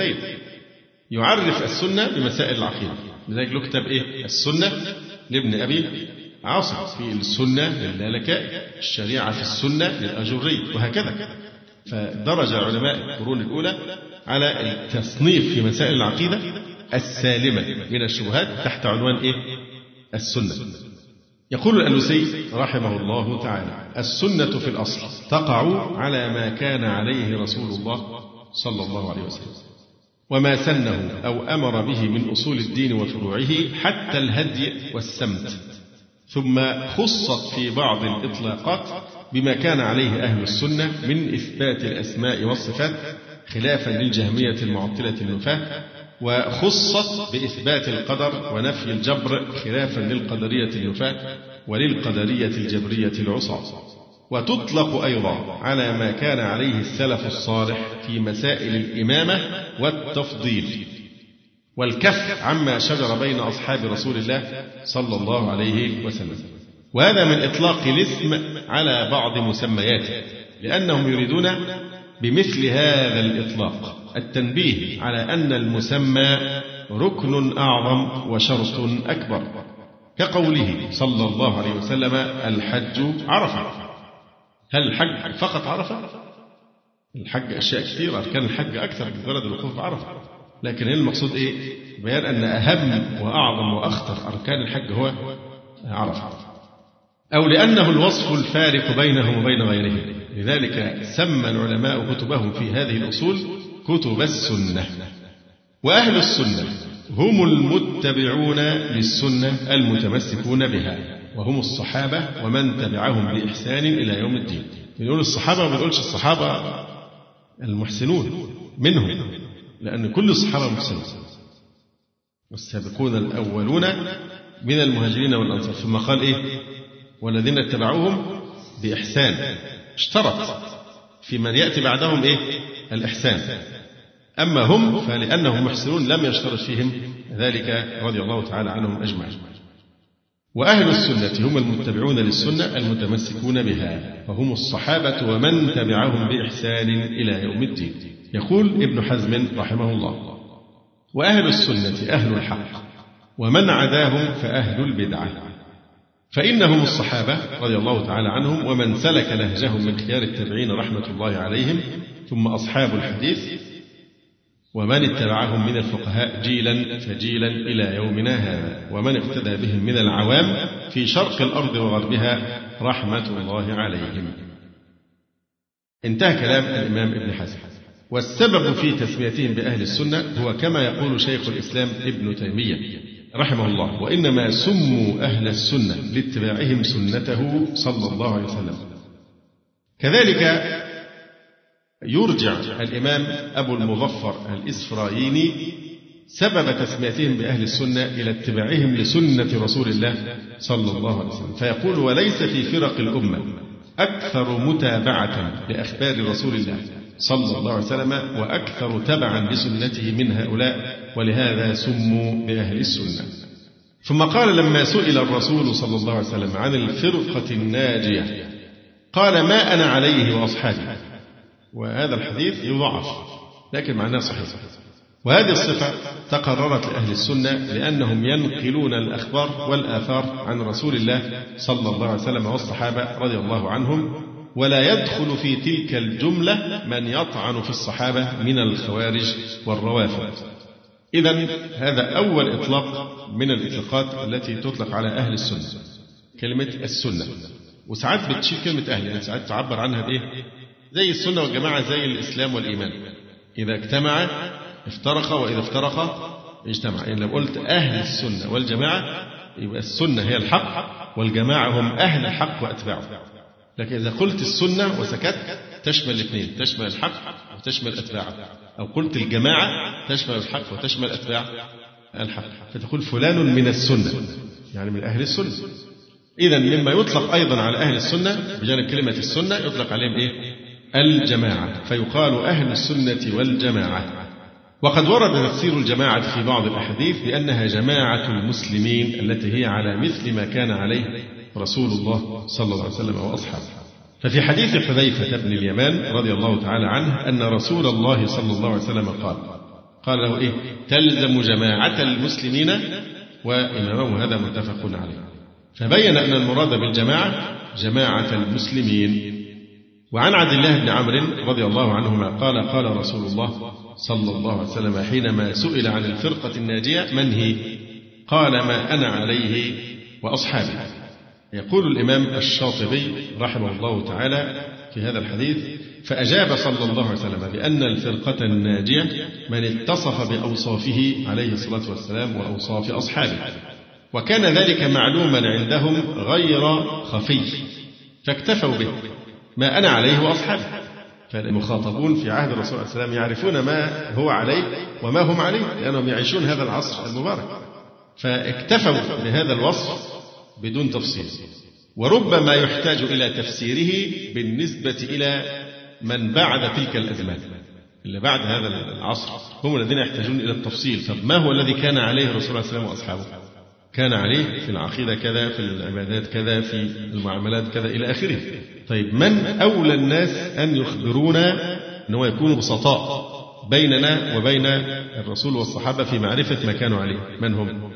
[SPEAKER 2] يعرف السنة بمسائل العقيدة. لذلك له كتاب السنة لابن أبي عاصم، في السنة للالكائي، الشريعة في السنة للأجري، وهكذا. فدرج علماء القرون الأولى على التصنيف في مسائل العقيدة السالمة من الشبهات تحت عنوان السنة. يقول الألوسي رحمه الله تعالى: السنة في الأصل تقع على ما كان عليه رسول الله صلى الله عليه وسلم، وما سنه أو أمر به من أصول الدين وفروعه حتى الهدي والسمت، ثم خصت في بعض الإطلاقات بما كان عليه أهل السنة من إثبات الأسماء والصفات خلافا للجهمية المعطلة النفاة، وخصت بإثبات القدر ونفي الجبر خلافا للقدرية النفاة وللقدرية الجبرية العصاة. وتطلق أيضا على ما كان عليه السلف الصالح في مسائل الإمامة والتفضيل والكف عما شجر بين أصحاب رسول الله صلى الله عليه وسلم. وهذا من إطلاق الاسم على بعض مسمياته، لأنهم يريدون بمثل هذا الإطلاق التنبيه على أن المسمى ركن أعظم وشرط أكبر، كقوله صلى الله عليه وسلم: الحج عرفة. هل الحج فقط عرفة؟ الحج أشياء كثيرة، أركان الحج أكثر من مجرد الوقوف بعرفة، لكن المقصود بيان أن أهم وأعظم وأخطر أركان الحج هو عرفة. أو لأنه الوصف الفارق بينهم وبين غيرهم، لذلك سمى العلماء كتبهم في هذه الأصول كتب السنة. وأهل السنة هم المتبعون للسنة المتمسكون بها، وهم الصحابة ومن تبعهم بإحسان إلى يوم الدين. بنقول الصحابة وما بنقولش الصحابة المحسنون منهم، لأن كل الصحابة محسنون. والسابقون الأولون من المهاجرين والأنصار، ثم قال والذين اتبعوهم بإحسان، اشترط في من يأتي بعدهم الإحسان. أما هم فلأنهم محسنون لم يشترط فيهم ذلك رضي الله تعالى عنهم أجمعين. وأهل السنة هم المتبعون للسنة المتمسكون بها، فهم الصحابة ومن تبعهم بإحسان إلى يوم الدين. يقول ابن حزم رحمه الله: وأهل السنة أهل الحق، ومن عداهم فأهل البدعة، فإنهم الصحابة رضي الله تعالى عنهم ومن سلك نهجهم من خيار التابعين رحمة الله عليهم، ثم أصحاب الحديث ومن اتبعهم من الفقهاء جيلا فجيلا إلى يومنا هذا، ومن اقتدى بهم من العوام في شرق الأرض وغربها رحمة الله عليهم. انتهى كلام الإمام ابن حزم. والسبب في تسميتهم بأهل السنة هو كما يقول شيخ الإسلام ابن تيمية رحمه الله: وإنما سموا أهل السنة لاتباعهم سنته صلى الله عليه وسلم. كذلك يرجع الإمام أبو المظفر الإسفرايني سبب تسميتهم بأهل السنة إلى اتباعهم لسنة رسول الله صلى الله عليه وسلم، فيقول: وليس في فرق الأمة أكثر متابعة لأخبار رسول الله صلى الله عليه وسلم وأكثر تبعا لسنته من هؤلاء، ولهذا سموا بأهل السنة. ثم قال لما سئل الرسول صلى الله عليه وسلم عن الفرقة الناجية قال: ما أنا عليه وأصحابي. وهذا الحديث يضعف لكن معناه صحيح. وهذه الصفة تقررت لأهل السنة لأنهم ينقلون الأخبار والآثار عن رسول الله صلى الله عليه وسلم والصحابة رضي الله عنهم، ولا يدخل في تلك الجملة من يطعن في الصحابة من الخوارج والروافض. إذن هذا أول إطلاق من الإطلاقات التي تطلق على أهل السنة، كلمة السنة. وساعات بتشيل كلمة أهل، يعني ساعات تعبر عنها بإيه؟ زي السنة والجماعة، زي الإسلام والإيمان، إذا اجتمع افترق وإذا افترق اجتمع. يعني لو قلت أهل السنة والجماعة يبقى السنة هي الحق والجماعة هم أهل الحق وأتباعه. لكن إذا قلت السنة وسكت تشمل الاثنين، تشمل الحق وتشمل أتباعه، أو قلت الجماعة تشمل الحق وتشمل أتباع الحق، فتقول فلان من السنة يعني من أهل السنة. إذا مما يطلق أيضا على أهل السنة بجانب كلمة السنة يطلق عليهم إيه؟ الجماعة، فيقال أهل السنة والجماعة. وقد ورد تفسير الجماعة في بعض الأحاديث بأنها جماعة المسلمين التي هي على مثل ما كان عليه رسول الله صلى الله عليه وسلم وأصحابه. ففي حديث حذيفة بن اليمان رضي الله تعالى عنه أن رسول الله صلى الله عليه وسلم قال له إيه؟ تلزم جماعة المسلمين وإمامهم، هذا متفق عليه. فبين أن المراد بالجماعة جماعة المسلمين. وعن عبد الله بن عمرو رضي الله عنهما قال رسول الله صلى الله عليه وسلم حينما سئل عن الفرقة الناجية من هي؟ قال ما أنا عليه وأصحابي. يقول الإمام الشاطبي رحمه الله تعالى في هذا الحديث فأجاب صلى الله عليه وسلم بأن الفرقة الناجية من اتصف بأوصافه عليه الصلاة والسلام وأوصاف أصحابه، وكان ذلك معلوما عندهم غير خفي فاكتفوا به ما أنا عليه وأصحابه. فالمخاطبون في عهد الرسول صلى الله عليه وسلم يعرفون ما هو عليه وما هم عليه لأنهم يعيشون هذا العصر المبارك، فاكتفوا بهذا الوصف بدون تفصيل. وربما يحتاج إلى تفسيره بالنسبة إلى من بعد تلك الأزمان، اللي بعد هذا العصر هم الذين يحتاجون إلى التفصيل. طب ما هو الذي كان عليه الرسول صلى الله عليه وسلم وأصحابه؟ كان عليه في العقيدة كذا، في العبادات كذا، في المعاملات كذا إلى آخره. طيب من أولى الناس أن يخبرونا أنه يكون بسطاء بيننا وبين الرسول والصحابة في معرفة ما كانوا عليه؟ من هم؟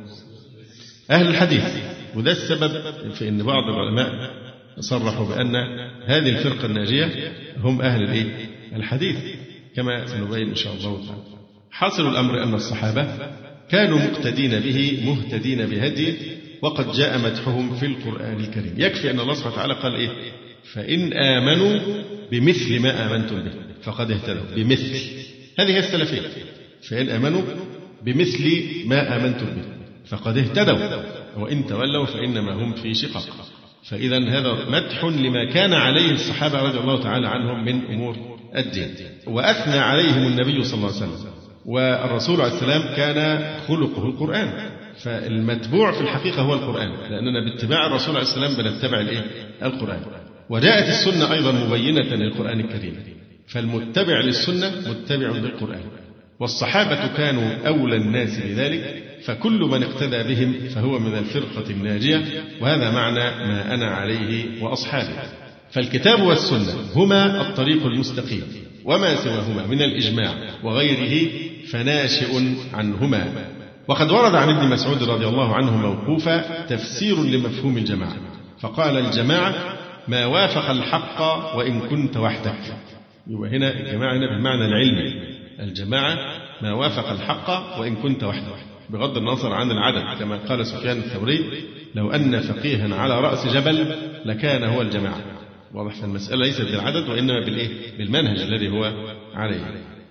[SPEAKER 2] أهل الحديث. وده السبب في أن بعض العلماء صرحوا بأن هذه الفرقة الناجية هم أهل الحديث كما سنبين إن شاء الله تعالى. حاصل الأمر أن الصحابة كانوا مقتدين به مهتدين بهديه، وقد جاء مدحهم في القرآن الكريم. يكفي أن الله سبحانه وتعالى قال إيه؟ فإن آمنوا بمثل ما آمنتم به فقد اهتدوا. بمثل، هذه هي السلفية. فإن آمنوا بمثل ما آمنتم به فقد اهتدوا وإن تولوا فإنما هم في شقاق. فإذا هذا مدح لما كان عليه الصحابة رضي الله تعالى عنهم من أمور الدين، وأثنى عليهم النبي صلى الله عليه وسلم. والرسول عليه السلام كان خلقه القرآن، فالمتبوع في الحقيقة هو القرآن، لأننا باتباع الرسول عليه السلام بنتبع القرآن. وجاءت السنة أيضا مبينة للقرآن الكريم، فالمتبع للسنة متبع للقرآن. والصحابة كانوا أولى الناس بذلك، فكل من اقتدى بهم فهو من الفرقة الناجية، وهذا معنى ما أنا عليه وأصحابي. فالكتاب والسنة هما الطريق المستقيم، وما سواهما من الإجماع وغيره فناشئ عنهما. وقد ورد عن ابن مسعود رضي الله عنه موقوفا تفسير لمفهوم الجماعة، فقال الجماعة ما وافق الحق وإن كنت وحدك. وهنا الجماعة هنا بالمعنى العلمي، الجماعة ما وافق الحق وإن كنت وحدك بغض النظر عن العدد، كما قال سفيان الثوري لو أن فقيها على رأس جبل لكان هو الجماعة. واضح، فالمسألة ليست بالعدد وإنما بالمنهج الذي هو عليه.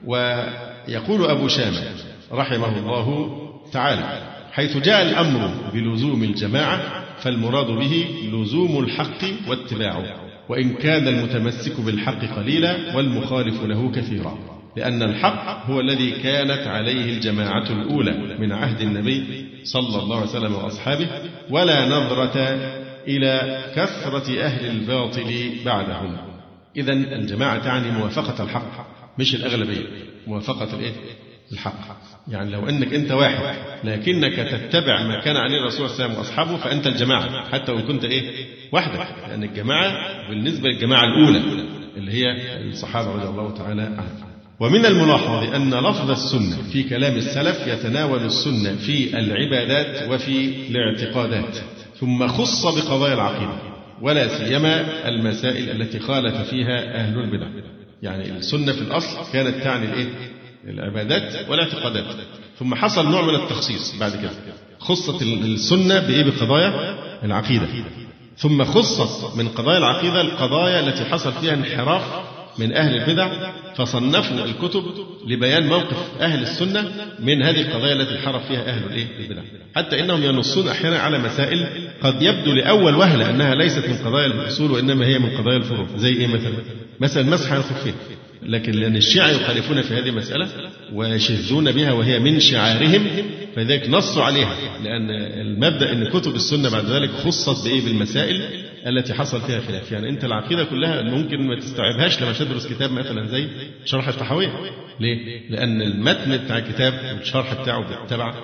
[SPEAKER 2] ويقول أبو شامة رحمه الله تعالى حيث جاء الأمر بلزوم الجماعة فالمراد به لزوم الحق واتباعه، وإن كان المتمسك بالحق قليلا والمخالف له كثيرا، لأن الحق هو الذي كانت عليه الجماعة الأولى من عهد النبي صلى الله عليه وسلم وأصحابه، ولا نظرة إلى كثرة أهل الباطل بعدهم. إذن الجماعة تعني موافقة الحق مش الأغلبية، موافقة الحق. يعني لو أنك أنت واحد لكنك تتبع ما كان عليه الرسول صلى الله عليه وسلم وأصحابه فأنت الجماعة، حتى وإن كنت وحدك، لأن الجماعة بالنسبة للجماعة الأولى اللي هي الصحابة رضي الله تعالى عنهم. ومن الملاحظ أن لفظ السنة في كلام السلف يتناول السنة في العبادات وفي الاعتقادات، ثم خص بقضايا العقيدة ولا سيما المسائل التي خالف فيها أهل البدع. يعني السنة في الأصل كانت تعني العبادات والاعتقادات، ثم حصل نوع من التخصيص بعد كده، خصت السنة بقضايا العقيدة، ثم خصت من قضايا العقيدة القضايا التي حصل فيها انحراف من أهل البدع، فصنفوا الكتب لبيان موقف أهل السنة من هذه القضايا التي انحرف فيها أهل البدع، حتى إنهم ينصون أحيانا على مسائل قد يبدو لأول وهلة أنها ليست من قضايا الأصول وإنما هي من قضايا الفروع. زي مثلا مثلا مسح على الخفين، لكن لأن الشيعة يخالفون في هذه المسألة ويشذون بها وهي من شعارهم، فذلك نصوا عليها، لأن المبدأ أن كتب السنة بعد ذلك خصت بإيه؟ بالمسائل التي حصل فيها خلاف. يعني أنت العقيدة كلها ممكن ما تستوعبهاش لما تدرس كتاب مثلا زي شرح الطحاوية. ليه؟ لأن المتن بتاع الكتاب والشرح بتاعه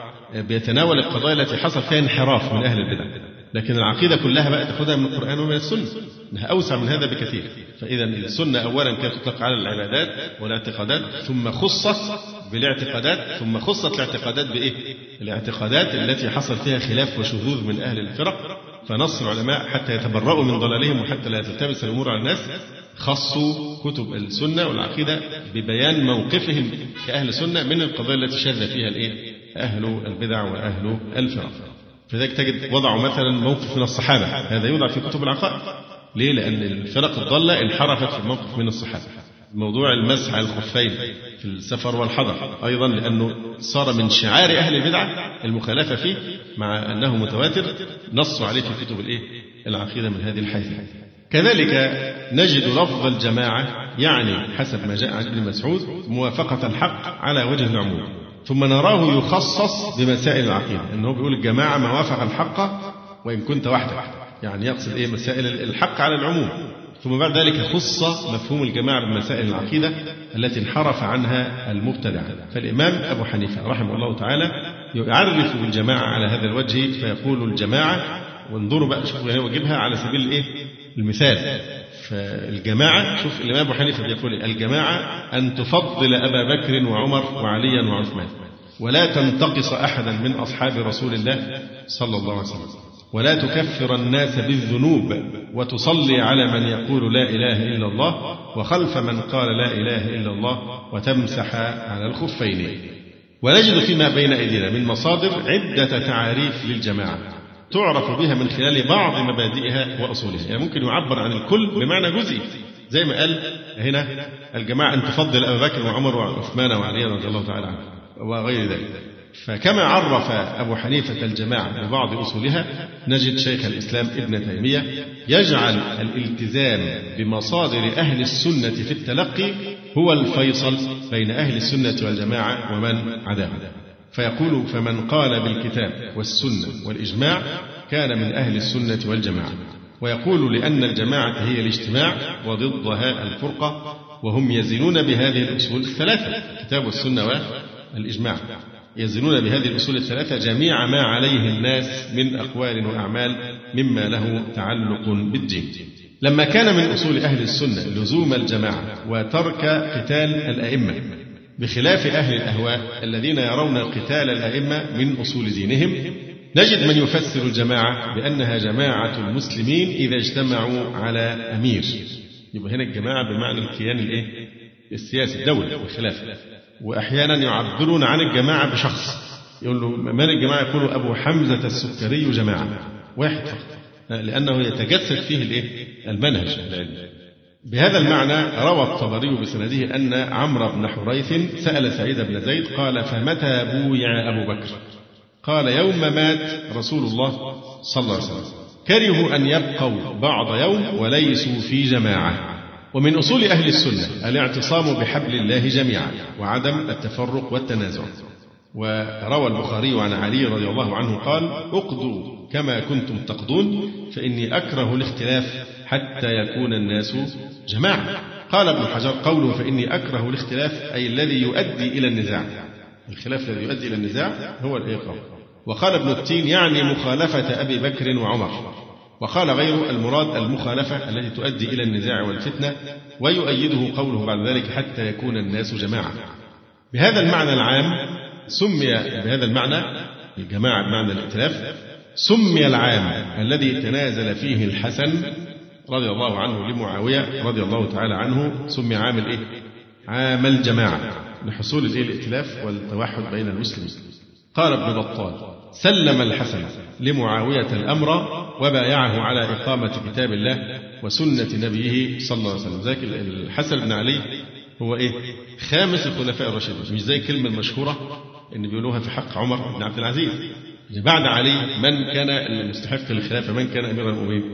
[SPEAKER 2] بيتناول القضايا التي حصل فيها انحراف من أهل البدع، لكن العقيدة كلها بقى تأخذها من القرآن ومن السنة، إنها أوسع من هذا بكثير. فإذا السنة أولا كانت تطلق على العبادات والاعتقادات، ثم خصت بالاعتقادات، ثم خصت الاعتقادات بإيه؟ الاعتقادات التي حصل فيها خلاف وشذوذ من أهل الفرق، فنص العلماء حتى يتبرؤوا من ضلالهم وحتى لا تلتبس الأمور على الناس، خصوا كتب السنة والعقيدة ببيان موقفهم كأهل السنة من القضايا التي شذ فيها الإيه؟ أهل البدع وأهل الفرق. فذلك تجد وضعوا مثلا موقف من الصحابة، هذا يوضع في كتب العقائد. ليه؟ لأن الفرق الضالة انحرفت في الموقف من الصحابة. موضوع المسح على الخفين في السفر والحضر أيضا لأنه صار من شعار أهل البدع المخالفة فيه، مع أنه متواتر نصوا عليه في كتب العقيدة من هذه الحيث. كذلك نجد لفظ الجماعة يعني حسب ما جاء عن ابن مسعود موافقة الحق على وجه العموم، ثم نراه يخصص بمسائل العقيدة، أنه بيقول الجماعة ما وافق الحق وإن كنت وحدك، يعني يقصد إيه؟ مسائل الحق على العموم. ثم بعد ذلك خص مفهوم الجماعة بمسائل العقيدة التي انحرف عنها المبتدع. فالإمام أبو حنيفة رحمه الله تعالى يعرف بالجماعة على هذا الوجه، فيقول الجماعة، وانظروا بقى شوفوا هنا وجبها على سبيل الإيه؟ المثال. فالجماعة، شوف الإمام أبو حنيفة بيقول الجماعة أن تفضل أبا بكر وعمر وعليا وعثمان، ولا تنتقص أحدا من أصحاب رسول الله صلى الله عليه وسلم، ولا تكفر الناس بالذنوب، وتصلي على من يقول لا إله إلا الله وخلف من قال لا إله إلا الله، وتمسح على الخفين. ونجد فيما بين أيدينا من مصادر عدة تعاريف للجماعة تعرف بها من خلال بعض مبادئها وأصولها. يعني ممكن يعبر عن الكل بمعنى جزئي، زي ما قال هنا الجماعة أن تفضل أبا بكر وعمر وعثمان وعلي رضي الله تعالى عنه وغير ذلك. فكما عرف أبو حنيفة الجماعة ببعض أصولها، نجد شيخ الإسلام ابن تيمية يجعل الالتزام بمصادر أهل السنة في التلقي هو الفيصل بين أهل السنة والجماعة ومن عداهم، فيقول فمن قال بالكتاب والسنة والإجماع كان من أهل السنة والجماعة. ويقول لأن الجماعة هي الاجتماع وضدها الفرقة، وهم يزنون بهذه الأصول الثلاثة، الكتاب والسنة والإجماع، يزنون بهذه الأصول الثلاثة جميع ما عليه الناس من أقوال وأعمال مما له تعلق بالدين. لما كان من أصول أهل السنة لزوم الجماعة وترك قتال الأئمة، بخلاف أهل الأهواء الذين يرون قتال الأئمة من أصول دينهم، نجد من يفسر الجماعة بأنها جماعة المسلمين إذا اجتمعوا على أمير. يبقى هنا الجماعة بمعنى الكيان السياسي، الدولة والخلافة. وأحيانا يعبرون عن الجماعة بشخص، يقول له من الجماعة؟ يقول أبو حمزة السكري جماعة، واحد فقط، لأنه يتجسد فيه المنهج العلمي. بهذا المعنى روى الطبري بسنده أن عمرو بن حريث سأل سعيد بن زيد قال فمتى بويع أبو بكر؟ قال يوم مات رسول الله صلى الله عليه وسلم، كرهوا أن يبقوا بعض يوم وليسوا في جماعة. ومن أصول أهل السنة الاعتصام بحبل الله جميعا وعدم التفرق والتنازع. وروى البخاري عن علي رضي الله عنه قال اقضوا كما كنتم تقضون فإني أكره الاختلاف حتى يكون الناس جماعة. قال ابن حجر قوله فإني أكره الاختلاف أي الذي يؤدي إلى النزاع، الخلاف الذي يؤدي إلى النزاع هو الإيقاع. وقال ابن التين يعني مخالفة أبي بكر وعمر. وقال غيره المراد المخالفة التي تؤدي إلى النزاع والفتنة، ويؤيده قوله بعد ذلك حتى يكون الناس جماعة. بهذا المعنى العام سمي بهذا المعنى الجماعة بمعنى الائتلاف، سمي العام الذي تنازل فيه الحسن رضي الله عنه لمعاوية رضي الله تعالى عنه سمي عام عام الجماعة لحصول الائتلاف والتوحد بين المسلمين. قال ابن بطال سلم الحسن لمعاوية الأمر وبايعه على إقامة كتاب الله وسنة نبيه صلى الله عليه وسلم. ذاك الحسن بن علي هو خامس الخلفاء الراشدين، مش زي الكلمة المشهورة إن بيقولوها في حق عمر بن عبد العزيز. بعد علي من كان المستحق للخلافة؟ من كان أمير المؤمنين؟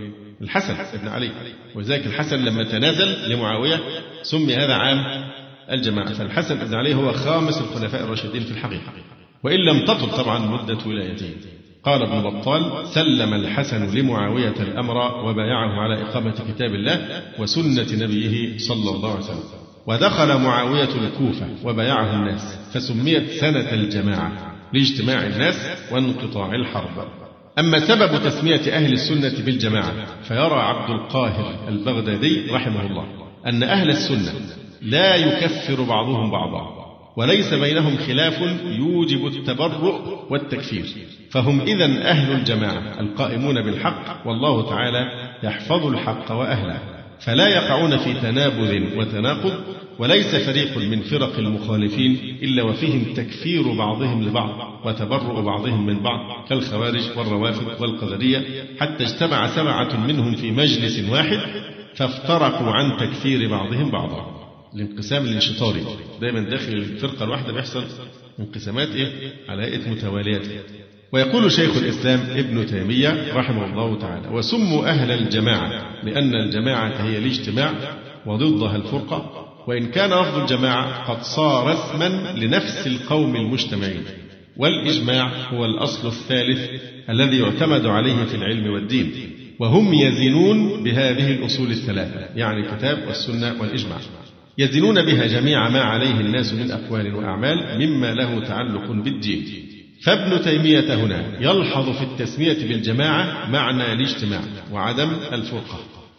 [SPEAKER 2] الحسن بن علي، وذلك الحسن لما تنازل لمعاوية سمي هذا عام الجماعة. فالحسن بن علي هو خامس الخلفاء الراشدين في الحقيقة، وإن لم تطل طبعا مدة ولايته. قال ابن بطال: سلم الحسن لمعاوية الأمر وبايعه على إقامة كتاب الله وسنة نبيه صلى الله عليه وسلم. ودخل معاوية الكوفة وبايعه الناس، فسميت سنة الجماعة لاجتماع الناس وانقطاع الحرب. أما سبب تسمية أهل السنة بالجماعة فيرى عبد القاهر البغدادي رحمه الله أن أهل السنة لا يكفر بعضهم بعضا، وليس بينهم خلاف يوجب التبرؤ والتكفير، فهم إذن أهل الجماعة القائمون بالحق، والله تعالى يحفظ الحق وأهله، فلا يقعون في تنابذ وتناقض. وليس فريق من فرق المخالفين إلا وفيهم تكفير بعضهم لبعض وتبرؤ بعضهم من بعض، كالخوارج والروافض والقدرية، حتى اجتمع 7 منهم في مجلس واحد فافترقوا عن تكفير بعضهم بعضا. الانقسام الانشطاري دائما داخل الفرقة الواحدة بيحصل انقسامات على هيئة متواليات. ويقول شيخ الإسلام ابن تيمية رحمه الله تعالى: وسموا أهل الجماعة لأن الجماعة هي الاجتماع وضدها الفرقة، وإن كان لفظ الجماعة قد صار اسما لنفس القوم المجتمعين، والإجماع هو الأصل الثالث الذي يعتمد عليه في العلم والدين، وهم يزنون بهذه الأصول الثلاثة، يعني الكتاب والسنة والإجماع، يزنون بها جميع ما عليه الناس من أقوال وأعمال مما له تعلق بالدين. فابن تيمية هنا يلحظ في التسمية بالجماعة معنى الاجتماع وعدم الفرقة،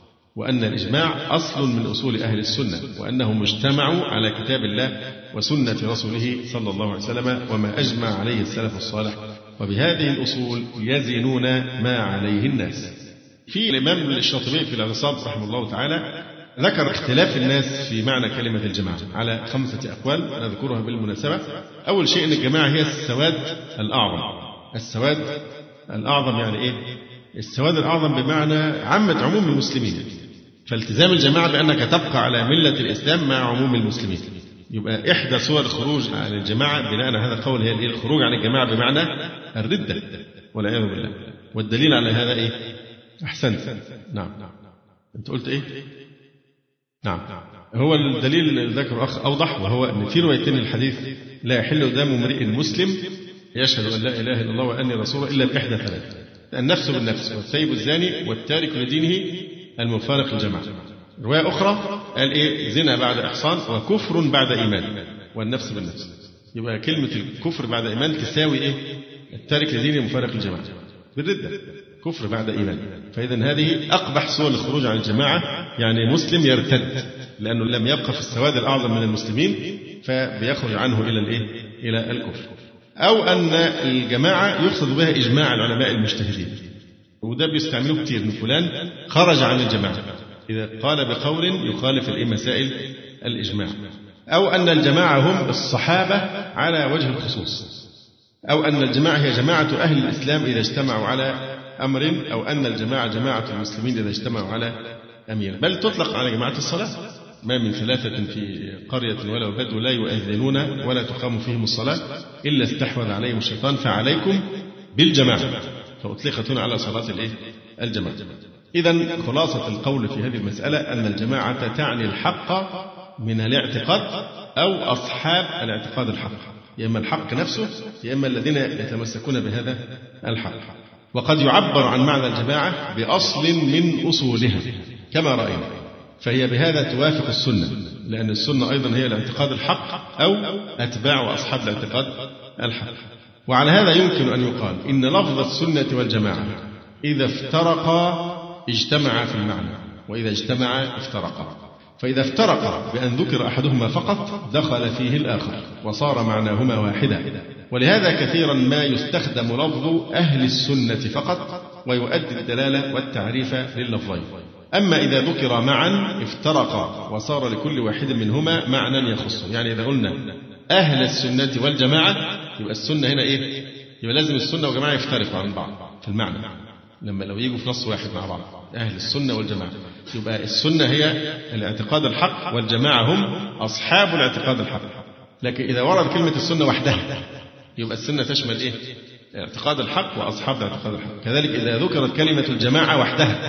[SPEAKER 2] وأن الإجماع أصل من أصول أهل السنة، وأنهم اجتمعوا على كتاب الله وسنة رسوله صلى الله عليه وسلم وما أجمع عليه السلف الصالح، وبهذه الأصول يزنون ما عليه الناس. في الإمام الشاطبي في الاعتصام رحمه الله تعالى ذكر اختلاف الناس في معنى كلمة الجماعة على 5 أقوال نذكرها بالمناسبة. أول شيء أن الجماعة هي السواد الأعظم. السواد الأعظم يعني إيه؟ السواد الأعظم بمعنى عموم المسلمين، فالتزام الجماعة بأنك تبقى على ملة الإسلام مع عموم المسلمين. يبقى إحدى صور الخروج عن الجماعة بناء على هذا القول هي الخروج عن الجماعة بمعنى الردة والعياذ بالله. والدليل على هذا إيه؟ أحسنت. نعم. أنت قلت إيه؟ نعم. هو الدليل ذكر أخ أوضح، وهو أن في روايتين الحديث: لا يحل دم امرئ مسلم يشهد أن لا إله إلا الله وأني رسوله إلا بإحدى 3: النفس بالنفس، والثيب الزاني، والتارك لدينه المفارق للجماعة. رواية أخرى قال إيه؟ زنا بعد إحصان، وكفر بعد إيمان، والنفس بالنفس. يبقى كلمة الكفر بعد إيمان تساوي إيه؟ التارك لدينه المفارق للجماعة بالردة، كفر بعد إيمان. فإذا هذه أقبح صور الخروج عن الجماعة، يعني مسلم يرتد لأنه لم يبقى في السواد الأعظم من المسلمين فبيخرج عنه إلى الإيه؟ إلى الكفر. أو أن الجماعة يقصد بها إجماع العلماء المجتهدين، وده بيستعملوه كتير، من فلان خرج عن الجماعة إذا قال بقول يخالف مسائل الإجماع. أو أن الجماعة هم الصحابة على وجه الخصوص، أو أن الجماعة هي جماعة أهل الإسلام إذا اجتمعوا على أمر، أو أن الجماعة جماعة المسلمين إذا اجتمعوا على أمير. بل تطلق على جماعة الصلاة: ما من 3 في قرية ولا بدو لا يؤذنون ولا تقام فيهم الصلاة إلا استحوذ عليهم الشيطان فعليكم بالجماعة، فأطلقت هنا على صلاة الجماعة. إذن خلاصة القول في هذه المسألة أن الجماعة تعني الحق من الاعتقاد أو أصحاب الاعتقاد الحق، يا إما الحق نفسه يا إما الذين يتمسكون بهذا الحق. وقد يعبر عن معنى الجماعة بأصل من أصولها كما رأينا، فهي بهذا توافق السنة، لأن السنة أيضا هي الاعتقاد الحق أو أتباع وأصحاب الاعتقاد الحق. وعلى هذا يمكن أن يقال إن لفظ السنة والجماعة إذا افترقا اجتمعا في المعنى، وإذا اجتمعا افترقا. فإذا افترقا بأن ذكر أحدهما فقط دخل فيه الآخر وصار معناهما واحدا. ولهذا كثيرا ما يستخدم لفظ أهل السنة فقط ويؤدي الدلالة والتعريف لللفظين. أما إذا ذكر معا افترقا وصار لكل واحد منهما معنى يخصه. يعني إذا قلنا أهل السنة والجماعة يبقى السنة هنا إيه؟ يبقى لازم السنة والجماعة يفترقوا عن بعض في المعنى، لما لو يجوا في نص واحد مع بعض أهل السنة والجماعة، يبقى السنة هي الاعتقاد الحق والجماعة هم أصحاب الاعتقاد الحق. لكن إذا ورد كلمة السنة وحدها يبقى السنة تشمل اعتقاد الحق وأصحاب الاعتقاد الحق. كذلك إذا ذكرت كلمة الجماعة وحدها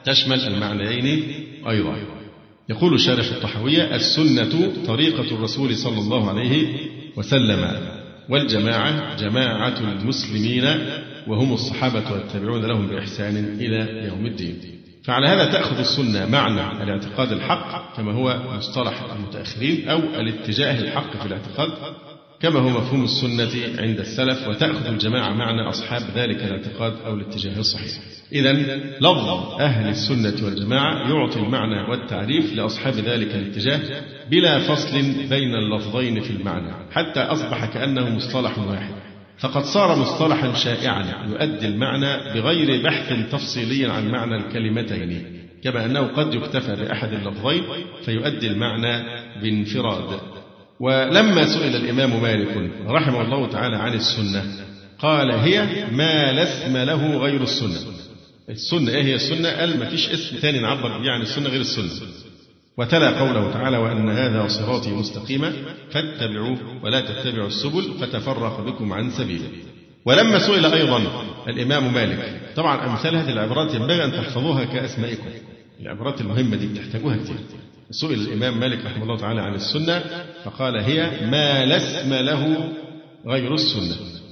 [SPEAKER 2] تشمل المعنيين أيضا. يقول شارح الطحاوية: السنة طريقة الرسول صلى الله عليه وسلم، والجماعة جماعة المسلمين وهم الصحابة والتابعون لهم بإحسان إلى يوم الدين. فعلى هذا تأخذ السنة معنى الاعتقاد الحق كما هو مصطلح المتأخرين، أو الاتجاه الحق في الاعتقاد كما هو مفهوم السنة عند السلف، وتأخذ الجماعة معنى أصحاب ذلك الاعتقاد أو الاتجاه الصحيح. إذن لفظ أهل السنة والجماعة يعطي المعنى والتعريف لأصحاب ذلك الاتجاه بلا فصل بين اللفظين في المعنى، حتى أصبح كأنه مصطلح واحد، فقد صار مصطلحا شائعا يؤدي المعنى بغير بحث تفصيلي عن معنى الكلمتين، كما أنه قد يكتفى بأحد اللفظين فيؤدي المعنى بانفراد. ولما سئل الإمام مالك رحمه الله تعالى عن السنة قال: هي ما لا اسم له غير السنة. السنة إيه هي السنة؟ قال: ما فيش اسم ثاني نعبر به عن السنة غير السنة. وتلا قوله تعالى: وأن هذا صراطي مستقيما فاتبعوه ولا تتبعوا السبل فتفرق بكم عن سبيله. ولما سئل أيضا الإمام مالك، طبعا أمثال هذه العبارات ينبغي أن تحفظوها كأسمائكم، العبارات المهمة دي بتحتاجوها كتير. سئل الإمام مالك رحمه الله تعالى عن السنة فقال: هي ما لا اسم له غير السنة.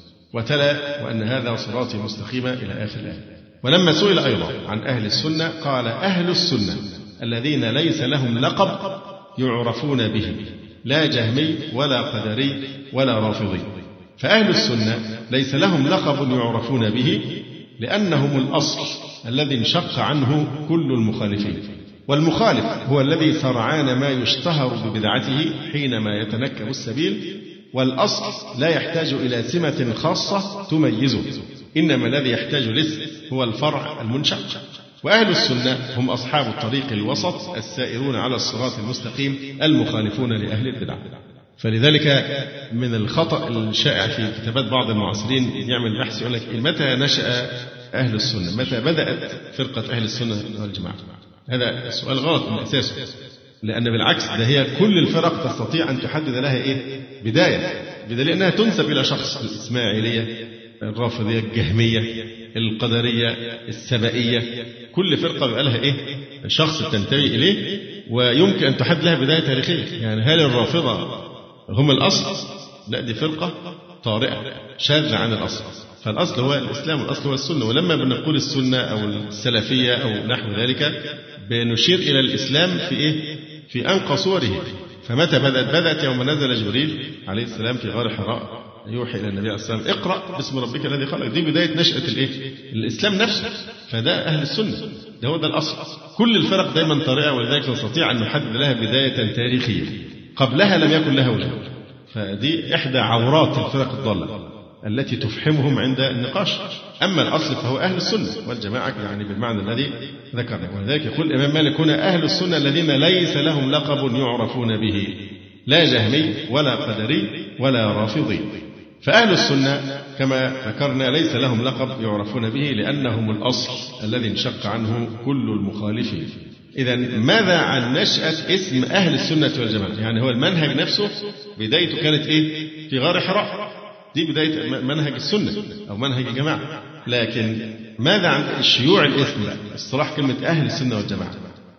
[SPEAKER 2] وتلا: وأن هذا صراطي مستقيما إلى آخر الآية. ولما سئل أيضا عن أهل السنة قال: أهل السنة الذين ليس لهم لقب يعرفون به، لا جهمي ولا قدري ولا رافضي. فأهل السنة ليس لهم لقب يعرفون به لأنهم الأصل الذي انشق عنه كل المخالفين، والمخالف هو الذي سرعان ما يشتهر ببدعته حينما يتنكب السبيل، والأصل لا يحتاج إلى سمة خاصة تميزه، إنما الذي يحتاج الاسم هو الفرع المنشق. وأهل السنة هم أصحاب الطريق الوسط السائرون على الصراط المستقيم المخالفون لأهل البدع. فلذلك من الخطأ الشائع في كتابات بعض المعاصرين يعمل بحث يقول لك: متى نشأ أهل السنة؟ متى بدأت فرقة أهل السنة والجماعة؟ هذا السؤال غلط من أساسه، لأن بالعكس ده هي كل الفرق تستطيع أن تحدد لها بداية، بدليل أنها تنسب إلى شخص: الإسماعيلية، الرافضية، الجهمية، القدرية، السبائية، كل فرقة بقى لها شخص تنتمي إليه ويمكن أن تحدد لها بداية تاريخية. يعني هل الرافضة هم الأصل؟ لا، دي فرقة طارئة شاذة عن الأصل. فالأصل هو الإسلام والأصل هو السنة. ولما بنقول السنة أو السلفية أو نحو ذلك بنشير إلى الإسلام في أنقى صوره. فمتى بدأت يوم نزل جبريل عليه السلام في غار حراء يوحي إلى النبي عليه الصلاة والسلام: اقرأ باسم ربك الذي خلق. دي بداية نشأة الإسلام نفسه. فده أهل السنة، ده هو ده الأصل. كل الفرق دايما طارئة، ولذلك نستطيع أن نحدد لها بداية تاريخية، قبلها لم يكن لها وجود. فدي إحدى عورات الفرق الضالة التي تفحمهم عند النقاش. أما الأصل فهو أهل السنة والجماعة، يعني بالمعنى الذي ذكرنا. ولذلك يقول الإمام مالك هنا: أهل السنة الذين ليس لهم لقب يعرفون به، لا جهمي ولا قدري ولا رافضي. فأهل السنة كما ذكرنا ليس لهم لقب يعرفون به لأنهم الأصل الذي انشق عنه كل المخالفين. إذا ماذا عن نشأة اسم أهل السنة والجماعة؟ يعني هو المنهج نفسه بدايته كانت في غار حراء، دي بداية منهج السنة أو منهج الجماعة. لكن ماذا عن شيوع الاسم بقى؟ اصطلاح كلمة أهل السنة والجماعة.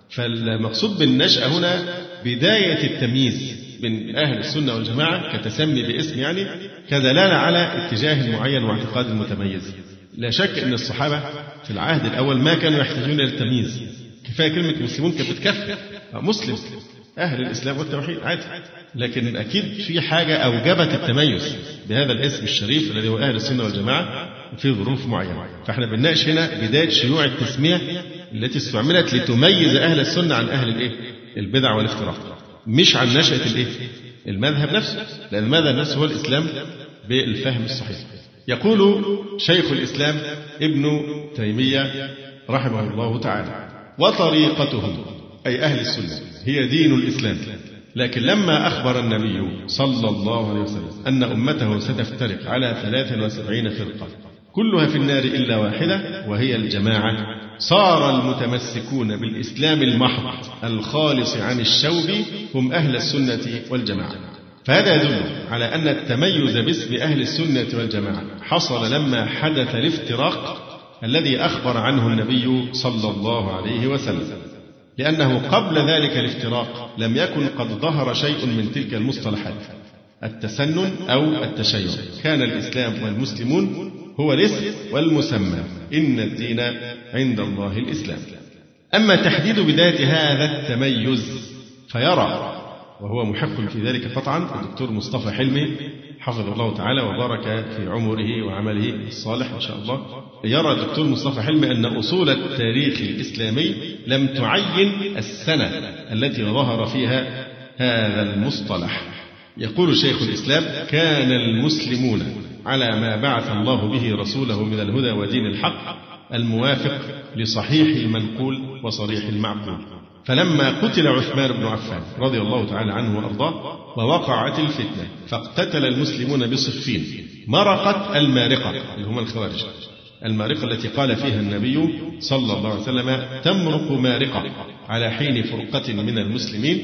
[SPEAKER 2] فالمقصود بالنشأة هنا بداية التمييز بين أهل السنة والجماعة كتسمي باسم، يعني كدلالة على اتجاه معين واعتقاد متميز. لا شك أن الصحابة في العهد الأول ما كانوا يحتاجون إلى التمييز، كفاية كلمة مسلمون كانت بتكفي، مسلم أهل الإسلام والتوحيد عادي. لكن أكيد في حاجة أوجبت التميز بهذا الاسم الشريف الذي هو أهل السنة والجماعة في ظروف معينة. فإحنا بنناقش هنا بداية شيوع التسمية التي استعملت لتميز أهل السنة عن أهل البدع والاختراق، مش عن نشأة المذهب نفسه، لأن المذهب نفسه هو الإسلام بالفهم الصحيح. يقول شيخ الإسلام ابن تيمية رحمه الله تعالى: وطريقتهم أي أهل السنة هي دين الإسلام. لكن لما أخبر النبي صلى الله عليه وسلم أن أمته ستفترق على 73 فرقة كلها في النار إلا واحدة وهي الجماعة، صار المتمسكون بالإسلام المحض الخالص عن الشوب هم أهل السنة والجماعة. فهذا يدل على أن التميز باسم أهل السنة والجماعة حصل لما حدث الافتراق الذي أخبر عنه النبي صلى الله عليه وسلم، لأنه قبل ذلك الافتراق لم يكن قد ظهر شيء من تلك المصطلحات، التسنن أو التشيع. كان الإسلام والمسلمون هو الاسم والمسمى، إن الدين عند الله الإسلام. أما تحديد بداية هذا التميز فيرى، وهو محق في ذلك قطعا، الدكتور مصطفى حلمي حفظه الله تعالى وبارك في عمره وعمله الصالح إن شاء الله، يرى الدكتور مصطفى حلمي أن أصول التاريخ الإسلامي لم تعين السنة التي ظهر فيها هذا المصطلح. يقول شيخ الإسلام: كان المسلمون على ما بعث الله به رسوله من الهدى ودين الحق الموافق لصحيح المنقول وصريح المعقول. فلما قتل عثمان بن عفان رضي الله تعالى عنه وأرضاه ووقعت الفتنة فاقتتل المسلمون بصفين، مرقت المارقة اللي هم الخوارج، المارقة التي قال فيها النبي صلى الله عليه وسلم: تمرق مارقة على حين فرقة من المسلمين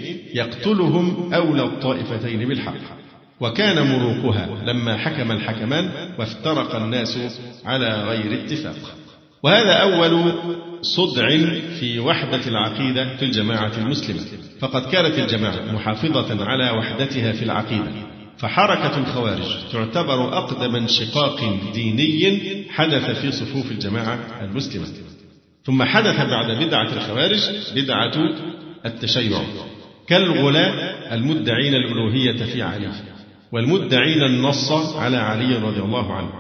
[SPEAKER 2] يقتلهم أولى الطائفتين بالحق. وكان مروقها لما حكم الحكمان وافترق الناس على غير اتفاق. وهذا أول صدع في وحدة العقيدة في الجماعة المسلمة، فقد كانت الجماعة محافظة على وحدتها في العقيدة، فحركة الخوارج تعتبر أقدم انشقاق ديني حدث في صفوف الجماعة المسلمة. ثم حدث بعد بدعة الخوارج بدعة التشيع، كالغلاة المدعين الألوهية في علي، والمدعين النص على علي رضي الله عنه،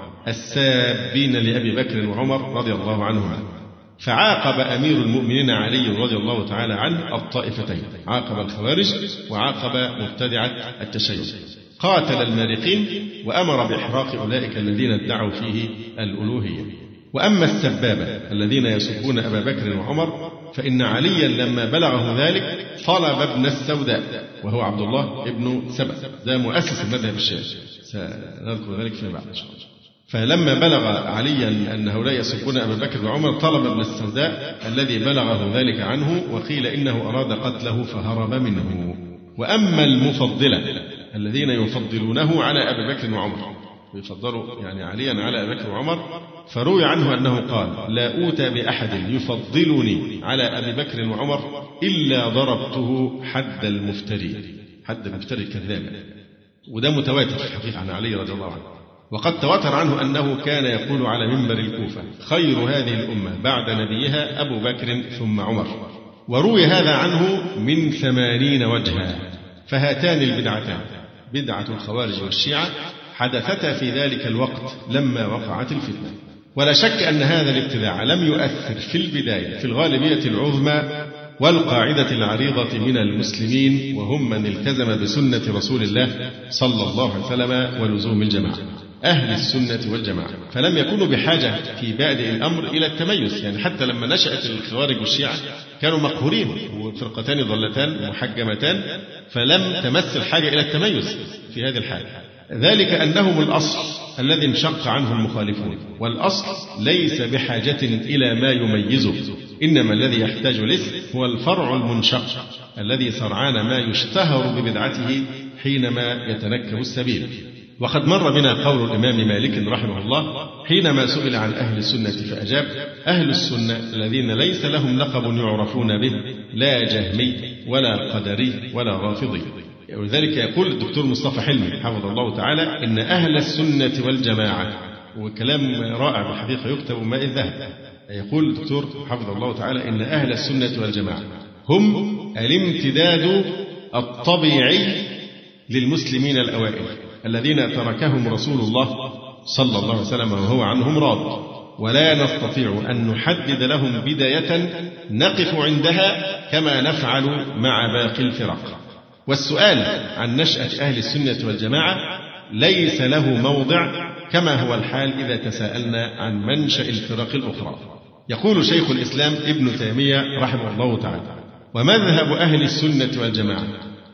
[SPEAKER 2] السابين لأبي بكر وعمر رضي الله عنهما. فعاقب أمير المؤمنين علي رضي الله تعالى عنه الطائفتين، عاقب الخوارج وعاقب مبتدعة التشيع، قاتل المارقين وأمر بإحراق أولئك الذين ادعوا فيه الألوهية. وأما السبابة الذين يسبون أبا بكر وعمر فإن عليا لما بلغه ذلك طلب ابن السوداء وهو عبد الله ابن سبأ، ده مؤسس المذهب الشيعي، سنذكر ذلك فيما بعد إن شاء الله. فلما بلغ عليا أن هؤلاء يسبون أبا بكر وعمر طلب ابن السوداء الذي بلغه ذلك عنه، وقيل إنه أراد قتله فهرب منه. وأما المفضلة الذين يفضلونه على أبي بكر وعمر، يفضلوا يعني عليا على أبي بكر وعمر، فروي عنه أنه قال: لا أوتى بأحد يفضلني على أبي بكر وعمر إلا ضربته حد المفتري، حد المفتري الكذاب. وده متواتر في الحقيقة عن علي رضي الله عنه. وقد تواتر عنه أنه كان يقول على منبر الكوفة: خير هذه الأمة بعد نبيها أبو بكر ثم عمر. وروي هذا عنه من 80 وجها. فهاتان البدعتان، بدعة الخوارج والشيعة، حدثتا في ذلك الوقت لما وقعت الفتنة. ولا شك أن هذا الابتداع لم يؤثر في البداية في الغالبية العظمى والقاعدة العريضة من المسلمين، وهم من التزم بسنة رسول الله صلى الله عليه وسلم ولزوم الجماعة، أهل السنة والجماعة. فلم يكونوا بحاجة في بادئ الأمر إلى التميز، يعني حتى لما نشأت الخوارج والشيعة كانوا مقهورين وفرقتان ضلتان محجمتان، فلم تمس الحاجة إلى التميز في هذه الحالة. ذلك أنهم الأصل الذي انشق عنه المخالفون، والأصل ليس بحاجة إلى ما يميزه، إنما الذي يحتاج الاسم هو الفرع المنشق الذي سرعان ما يشتهر ببدعته حينما يتنكب السبيل. وقد مر بنا قول الإمام مالك رحمه الله حينما سئل عن أهل السنة فأجاب: أهل السنة الذين ليس لهم لقب يعرفون به، لا جهمي ولا قدري ولا رافضي. ولذلك يقول الدكتور مصطفى حلمي حفظه الله تعالى: إن أهل السنة والجماعة، وكلام رائع بالحقيقة يكتب ماء الذهب، يقول الدكتور حفظه الله تعالى: إن أهل السنة والجماعة هم الامتداد الطبيعي للمسلمين الأوائل الذين تركهم رسول الله صلى الله عليه وسلم وهو عنهم راض، ولا نستطيع أن نحدد لهم بداية نقف عندها كما نفعل مع باقي الفرق. والسؤال عن نشأة أهل السنة والجماعة ليس له موضع كما هو الحال إذا تساءلنا عن منشأ الفرق الأخرى. يقول شيخ الإسلام ابن تيمية رحمه الله تعالى: ومذهب أهل السنة والجماعة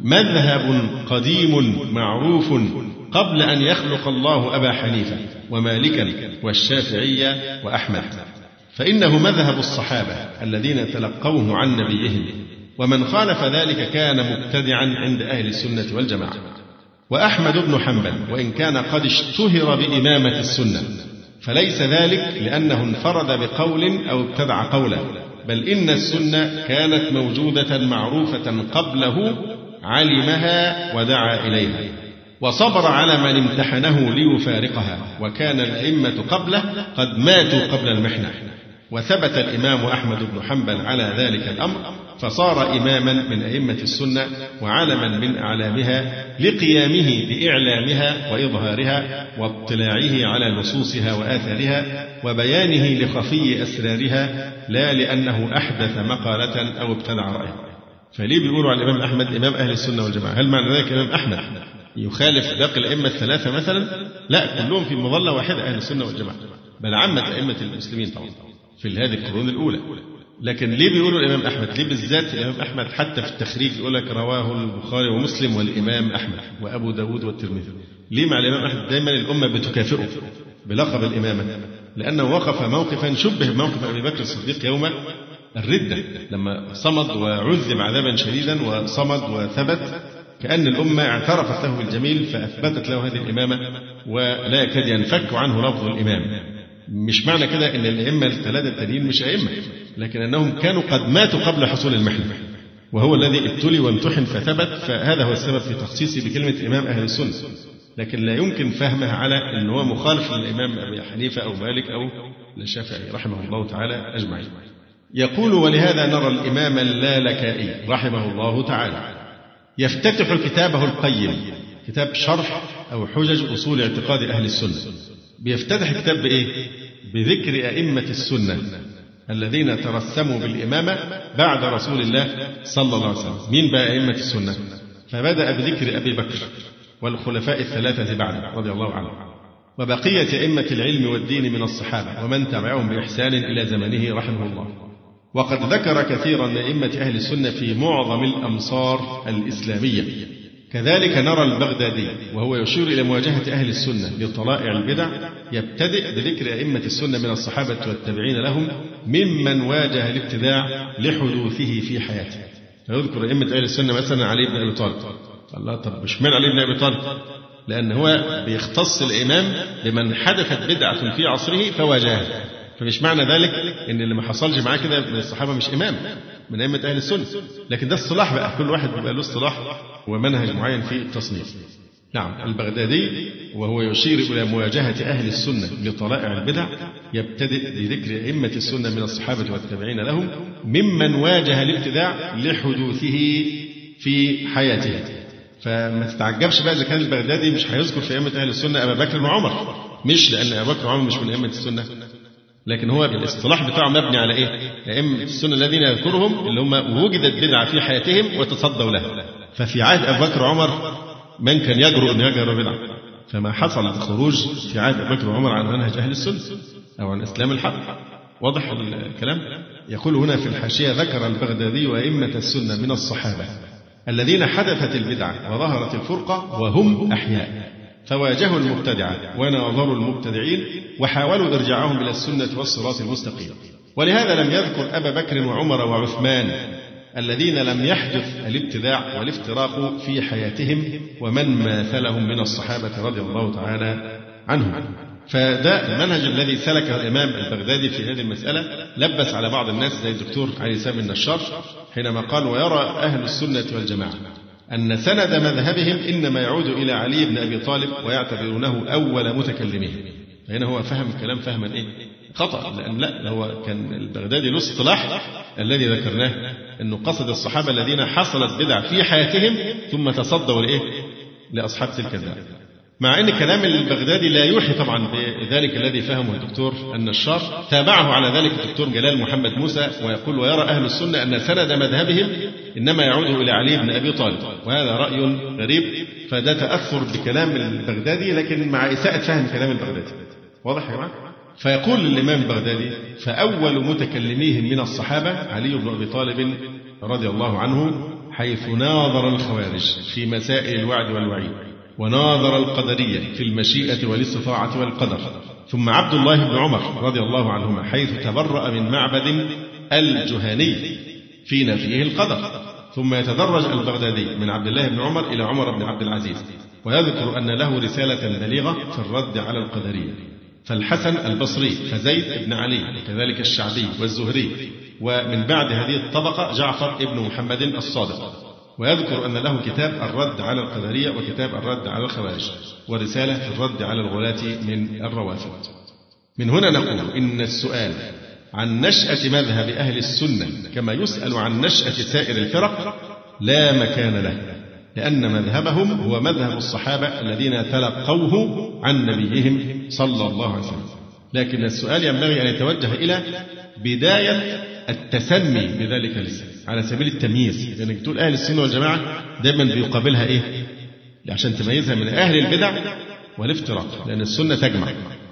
[SPEAKER 2] مذهب قديم معروف قبل أن يخلق الله أبا حنيفة ومالكا والشافعية وأحمد، فإنه مذهب الصحابة الذين تلقوه عن نبيهم، ومن خالف ذلك كان مبتدعا عند أهل السنة والجماعة. وأحمد بن حنبل وإن كان قد اشتهر بإمامة السنة فليس ذلك لأنه انفرد بقول أو ابتدع قولا، بل إن السنة كانت موجودة معروفة قبله علمها ودعا إليها وصبر على من امتحنه ليفارقها، وكان الأئمة قبله قد ماتوا قبل المحنة. وثبت الإمام أحمد بن حنبل على ذلك الأمر، فصار إماما من أئمة السنة وعلما من أعلامها لقيامه بإعلامها وإظهارها واطلاعه على نصوصها وآثارها وبيانه لخفي أسرارها، لا لأنه أحدث مقالة أو ابتدع رأيا. فليه بيقولوا على الإمام أحمد إمام أهل السنة والجماعة؟ هل معنى ذلك الإمام أحمد يخالف باقي الأئمة الثلاثة مثلا؟ لا، كلهم في مظلة واحدة أهل السنة والجماعة، بل عامة أئمة المسلمين طبعا في هذه القرون الأولى. لكن ليه بيقولوا الإمام أحمد؟ ليه بالذات الإمام أحمد؟ حتى في التخريج يقول لك رواه البخاري ومسلم والإمام أحمد وأبو داود والترمذي. ليه مع الإمام أحمد دائما الأمة بتكافئه بلقب الإمامة؟ لأنه وقف موقفا شبه بموقف أبي بكر الصديق يوم الردة، لما صمد وعذب عذابا شديدا وصمد وثبت، كأن الأمة اعترفت له بالجميل فأثبتت له هذه الإمامة ولا يكاد ينفك عنه لفظ الإمام. مش معنى كده أن الأئمة الثلاثة التانيين مش أئمة، لكن أنهم كانوا قد ماتوا قبل حصول المحنة، وهو الذي ابتلي وامتحن فثبت، فهذا هو السبب في تخصيصه بكلمة إمام أهل السنة. لكن لا يمكن فهمها على أنه هو مخالف للإمام أبي حنيفة أو مالك أو الشافعي رحمه الله تعالى أجمعين. يقول: ولهذا نرى الإمام اللالكائي رحمه الله تعالى يفتتح كتابه القيم، كتاب شرح أو حجج أصول اعتقاد أهل السنة، بيفتتح كتاب بإيه؟ بذكر أئمة السنة الذين ترسموا بالإمامة بعد رسول الله صلى الله عليه وسلم. مين بقى أئمة السنة؟ فبدأ بذكر أبي بكر والخلفاء الثلاثة بعده رضي الله عنهم، وبقية أئمة العلم والدين من الصحابة ومن تبعهم بإحسان إلى زمنه رحمه الله. وقد ذكر كثيرا من أئمة أهل السنة في معظم الأمصار الإسلامية. كذلك نرى البغدادي وهو يشير إلى مواجهة أهل السنة لطلائع البدع، يبتدئ بذكر أئمة السنة من الصحابة والتابعين لهم ممن واجه الابتداع لحدوثه في حياته. فيذكر أئمة أهل السنة مثلا علي بن أبي طالب. الله، طب مش من علي بن أبي طالب؟ لأن هو بيختص الإمام بمن حدثت بدعة في عصره فواجهها، فمش معنى ذلك ان اللي ما حصلش معاه كده من الصحابه مش امام من ائمه اهل السنه، لكن ده الصلاح بقى، كل واحد بيبقى له اصطلاح ومنهج معين في التصنيف. نعم، البغدادي وهو يشير الى مواجهه اهل السنه لطلائع البدع، يبتدئ بذكر ائمه السنه من الصحابه والتابعين لهم ممن واجه الابتداع لحدوثه في حياته. فما تتعجبش بقى اذا كان البغدادي مش هيذكر في ائمه اهل السنه ابا بكر وعمر، مش لان ابا بكر وعمر مش من ائمه السنه، لكن هو الاصطلاح بتاعه مبني على ايه؟ أئمة السنة الذين يذكرهم اللي هم وجدت بدعة في حياتهم وتصدوا لها. ففي عهد أبي بكر وعمر من كان يجرؤ أن يجرؤ بدعة؟ فما حصل خروج في عهد أبي بكر وعمر عن منهج أهل السنة أو عن إسلام الحق. واضح الكلام؟ يقول هنا في الحاشية: ذكر البغدادي وأئمة السنة من الصحابة الذين حدثت البدعة وظهرت الفرقة وهم أحياء، فواجهوا المبتدعة وناظروا المبتدعين وحاولوا إرجاعهم إلى السنة والصراط المستقيم. ولهذا لم يذكر أبا بكر وعمر وعثمان الذين لم يحدث الابتداع والافتراق في حياتهم ومن ماثلهم من الصحابة رضي الله تعالى عنهم. فده المنهج الذي سلكه الإمام البغدادي في هذه المسألة. لبس على بعض الناس زي الدكتور علي سامي النشار حينما قال: ويرى أهل السنة والجماعة أن سند مذهبهم إنما يعود إلى علي بن أبي طالب ويعتبرونه أول متكلمين. فهنا هو فهم الكلام فهما إيه؟ خطأ، لأن لا، هو كان البغدادي له اصطلاح الذي ذكرناه أنه قصد الصحابة الذين حصلت بدع في حياتهم ثم تصدوا لإيه؟ لأصحاب تلك البدع. مع أن كلام البغدادي لا يوحي طبعا بذلك الذي فهمه الدكتور النشار. تابعه على ذلك الدكتور جلال محمد موسى ويقول: ويرى أهل السنة أن سند مذهبهم إنما يعود إلى علي بن أبي طالب. وهذا رأي غريب، فده تأثر بكلام البغدادي لكن مع إساءة فهم كلام البغدادي. واضح يا جماعة؟ فيقول الإمام البغدادي: فأول متكلميهم من الصحابة علي بن أبي طالب رضي الله عنه، حيث ناظر الخوارج في مسائل الوعد والوعيد، وناظر القدرية في المشيئة والاستطاعة والقدر. ثم عبد الله بن عمر رضي الله عنهما، حيث تبرأ من معبد الجهني في نفيه القدر. ثم يتدرج البغدادي من عبد الله بن عمر إلى عمر بن عبد العزيز، ويذكر أن له رسالة بليغة في الرد على القدرية. فالحسن البصري، فزيد بن علي، وكذلك الشعبي والزهري، ومن بعد هذه الطبقة جعفر ابن محمد الصادق. ويذكر أن له كتاب الرد على القدرية، وكتاب الرد على الخوارج، ورسالة في الرد على الغلاة من الروافض. من هنا نقول إن السؤال عن نشأة مذهب أهل السنة كما يسأل عن نشأة سائر الفرق لا مكان له، لأن مذهبهم هو مذهب الصحابة الذين تلقوه عن نبيهم صلى الله عليه وسلم. لكن السؤال ينبغي أن يتوجه إلى بداية التسمي بذلك الاسم على سبيل التمييز، لأنك تقول أهل السنة والجماعة دائما بيقابلها إيه؟ عشان تميزها من أهل البدع والافتراق، لأن السنة تجمع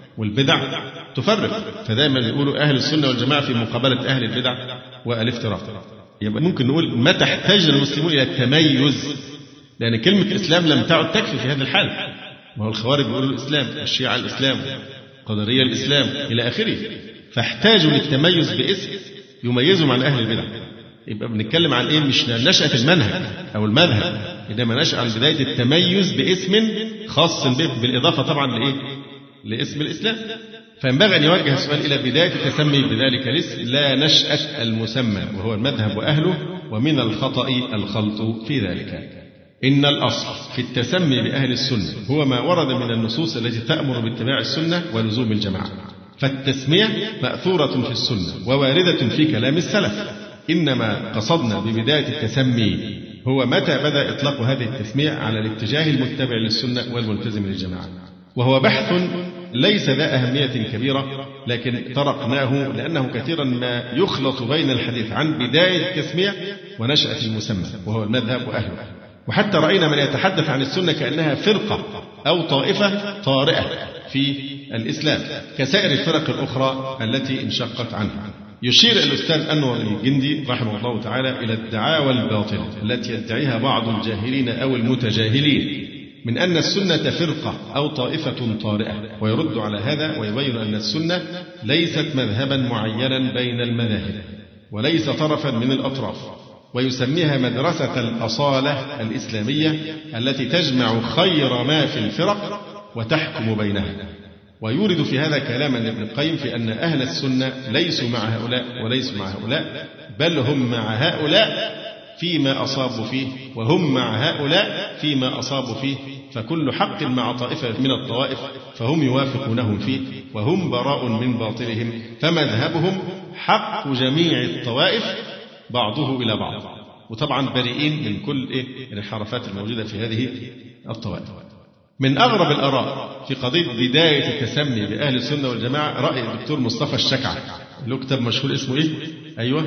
[SPEAKER 2] والبدع تفرق، فدائما يقولوا أهل السنة والجماعة في مقابلة أهل البدع والافتراق. يبقى ممكن نقول متى احتاج المسلمون إلى التميز، لأن كلمة الإسلام لم تعد تكفي في هذا الحال. ما هو الخوارج بيقولوا الإسلام، الشيعة الإسلام، القدرية الإسلام إلى آخره، فاحتاجوا للتميز باسم يميزهم عن أهل البدع. يبقى بنتكلم عن إيه؟ مش نشأة المنهج أو المذهب، إنما نشأ عن بداية التميز باسم خاص به، بالإضافة طبعا لإيه؟ لاسم الإسلام. فينبغي أن يوجه السؤال إلى بداية التسمي بذلك الاسم لا نشأة المسمى، وهو المذهب وأهله، ومن الخطأ الخلط في ذلك. إن الأصل في التسمي بأهل السنة هو ما ورد من النصوص التي تأمر باتباع السنة ولزوم الجماعة، فالتسمية مأثورة في السنة وواردة في كلام السلف، إنما قصدنا ببداية التسمي هو متى بدأ إطلاق هذه التسمية على الاتجاه المتبع للسنة والملتزم للجماعة، وهو بحث ليس ذا أهمية كبيرة، لكن طرقناه لأنه كثيرا ما يخلط بين الحديث عن بداية التسمية ونشأة المسمى وهو المذهب وأهله. وحتى رأينا من يتحدث عن السنة كأنها فرقة أو طائفة طارئة في الإسلام كسائر الفرق الأخرى التي انشقت عنها. يشير الأستاذ أنور الجندي رحمه الله تعالى إلى الدعاوى الباطلة التي يدعيها بعض الجاهلين أو المتجاهلين من أن السنة فرقة أو طائفة طارئة، ويرد على هذا ويبين أن السنة ليست مذهبا معينا بين المذاهب وليس طرفا من الأطراف، ويسميها مدرسة الأصالة الإسلامية التي تجمع خير ما في الفرق وتحكم بينها. ويورد في هذا كلاما لابن القيم في أن أهل السنة ليسوا مع هؤلاء وليسوا مع هؤلاء، بل هم مع هؤلاء فيما أصابوا فيه وهم مع هؤلاء فيما أصابوا فيه، فكل حق مع طائفة من الطوائف فهم يوافقونهم فيه، وهم براء من باطلهم، فمذهبهم حق جميع الطوائف بعضه إلى بعض، وطبعا بريئين من كل الانحرافات الموجودة في هذه الطوائف. من أغرب الآراء في قضية بداية التسمي بأهل السنة والجماعة رأي الدكتور مصطفى الشكع، له كتاب مشهور اسمه إيه؟ أيوة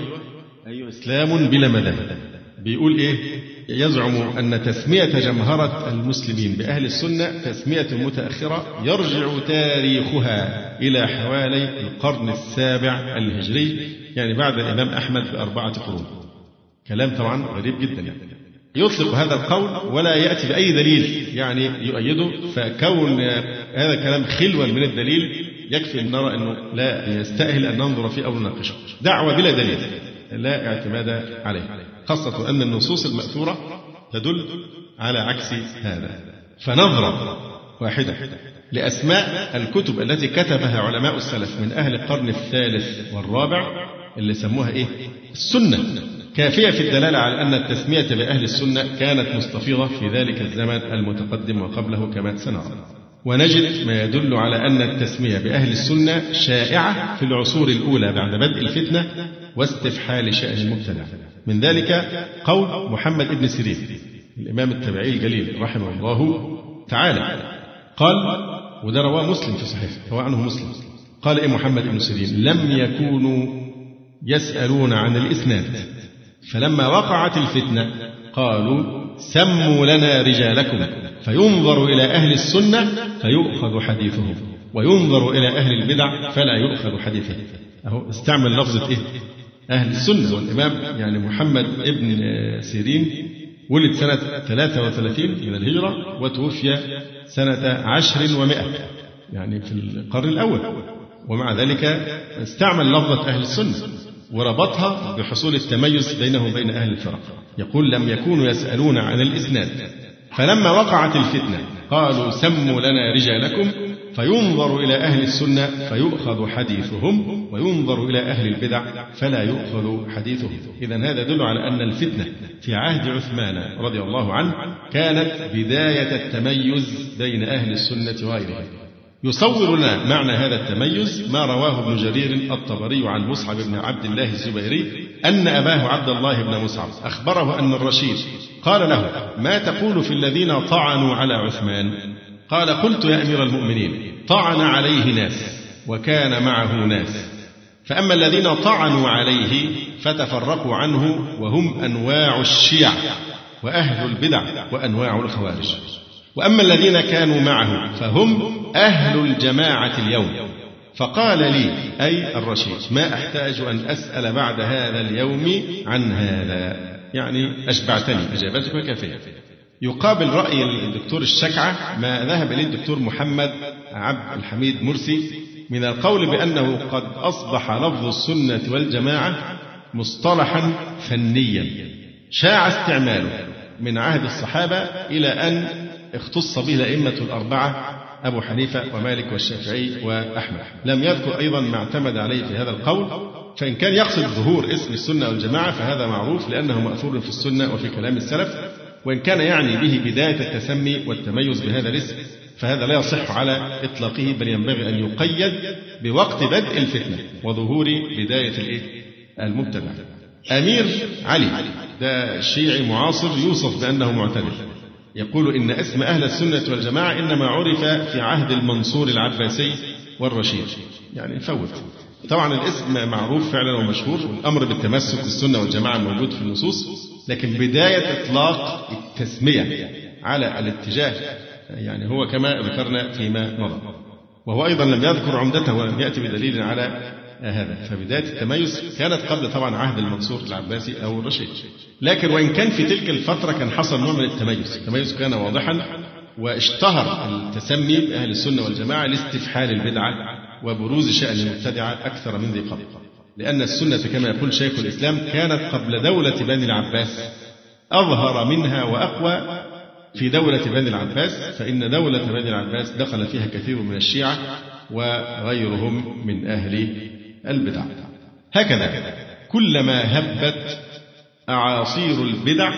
[SPEAKER 2] إسلام بلا مذاهب. بيقول إيه؟ يزعم أن تسمية جمهرة المسلمين بأهل السنة تسمية متأخرة يرجع تاريخها إلى حوالي القرن السابع الهجري، يعني بعد الإمام أحمد ب4 قرون. كلام طبعا غريب جدا، يطلق هذا القول ولا يأتي بأي دليل يعني يؤيده، فكون هذا كلام خلوا من الدليل يكفي أن نرى أنه لا يستأهل أن ننظر فيه أو نناقشه. دعوة بلا دليل لا اعتماد عليه، خاصة أن النصوص المأثورة تدل على عكس هذا. فنظرة واحدة لأسماء الكتب التي كتبها علماء السلف من أهل القرن الثالث والرابع اللي سموها إيه؟ السنة، كافية في الدلالة على أن التسمية بأهل السنة كانت مستفيضة في ذلك الزمن المتقدم وقبله كما سنرى. ونجد ما يدل على أن التسمية بأهل السنة شائعة في العصور الأولى بعد بدء الفتنة واستفحال شأن المبتدع. من ذلك قول محمد بن سيرين الإمام التابعي الجليل رحمه الله تعالى، قال، وده رواه مسلم في صحيح، رواه عنه مسلم، قال إيه محمد بن سيرين: لم يكونوا يسألون عن الإسناد، فلما وقعت الفتنة قالوا سموا لنا رجالكم، فينظر إلى أهل السنة فيؤخذ حديثهم، وينظر إلى أهل البدع فلا يؤخذ حديثهم. أهو استعمل لفظة إيه؟ أهل السنة. والإمام يعني محمد ابن سيرين ولد سنة 33 من الهجرة وتوفي سنة 10 و100 يعني في القرن الأول، ومع ذلك استعمل لفظة أهل السنة وربطها بحصول التميز بينه وبين أهل الفرق. يقول لم يكونوا يسألون عن الإسناد، فلما وقعت الفتنة قالوا سموا لنا رجالكم، فينظر إلى أهل السنة فيؤخذ حديثهم، وينظر إلى أهل البدع فلا يؤخذ حديثهم. إذن هذا يدل على أن الفتنة في عهد عثمان رضي الله عنه كانت بداية التميز بين أهل السنة وغيرهم. يصور لنا معنى هذا التميز ما رواه ابن جرير الطبري عن مصعب بن عبد الله الزبيري أن أباه عبد الله بن مصعب أخبره أن الرشيد قال له: ما تقول في الذين طعنوا على عثمان؟ قال: قلت يا أمير المؤمنين: طعن عليه ناس وكان معه ناس، فأما الذين طعنوا عليه فتفرقوا عنه وهم أنواع الشيع وأهل البدع وأنواع الخوارج، وأما الذين كانوا معه فهم أهل الجماعة اليوم. فقال لي أي الرشيد: ما أحتاج أن أسأل بعد هذا اليوم عن هذا، يعني أشبعتني، إجابتك كافية. يقابل رأي الدكتور الشكعة ما ذهب إليه الدكتور محمد عبد الحميد مرسي من القول بأنه قد أصبح لفظ السنة والجماعة مصطلحا فنيا شاع استعماله من عهد الصحابة إلى أن اختص به الأئمة الأربعة أبو حنيفة ومالك والشافعي وأحمد. لم يذكر أيضا ما اعتمد عليه في هذا القول، فإن كان يقصد ظهور اسم السنة والجماعة فهذا معروف لأنه مأثور في السنة وفي كلام السلف، وإن كان يعني به بداية التسمي والتميز بهذا الاسم فهذا لا يصح على إطلاقه، بل ينبغي أن يقيد بوقت بدء الفتنة وظهور بداية المبتدع. أمير علي ده شيعي معاصر يوصف بأنه معتدل، يقول إن اسم أهل السنة والجماعة إنما عرف في عهد المنصور العباسي والرشيد، يعني فوت. طبعا الاسم معروف فعلا ومشهور، والأمر بالتمسك بالسنة والجماعة موجود في النصوص، لكن بداية إطلاق التسمية على الاتجاه يعني هو كما ذكرنا فيما مضى، وهو أيضا لم يذكر عمدته ولم يأتي بدليل على هذا. فبداية التميز كانت قبل طبعا عهد المنصور العباسي أو الرشيد، لكن وإن كان في تلك الفترة كان حصل نوع من التميز كان واضحا، واشتهر التسمي بأهل السنة والجماعة لاستفحال البدعة وبروز شأن المبتدعة أكثر من ذي قبل، لأن السنة كما يقول شيخ الإسلام كانت قبل دولة بني العباس أظهر منها وأقوى في دولة بني العباس، فإن دولة بني العباس دخل فيها كثير من الشيعة وغيرهم من أهل البدع. هكذا كلما هبت أعاصير البدع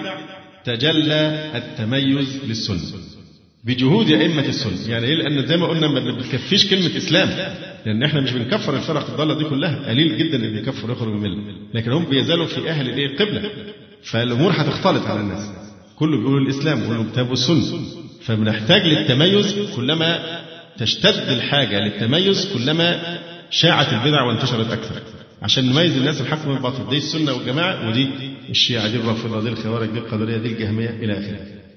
[SPEAKER 2] تجلى التميز للسنة بجهود أئمة السنة. يعني إيه؟ لأن زي ما قلنا ما بنكفيش كلمة إسلام، لأن إحنا مش بنكفر الفرق الضالة دي كلها، قليل جدا اللي بيكفر يخرج من الملة، لكن هم بيزالوا في أهل القبلة، فالأمور هتختلط على الناس، كله بيقول الإسلام وكله الكتاب والسنة، فبنحتاج للتميز. كلما تشتد الحاجة للتميز كلما شاعت البدع وانتشرت أكثر، عشان نميز الناس الحق من الباطل، دي السنة والجماعة ودي الشيعة، دي الرافضة، دي الخوارج، دي القدرية، دي الجهمية إلى آخره.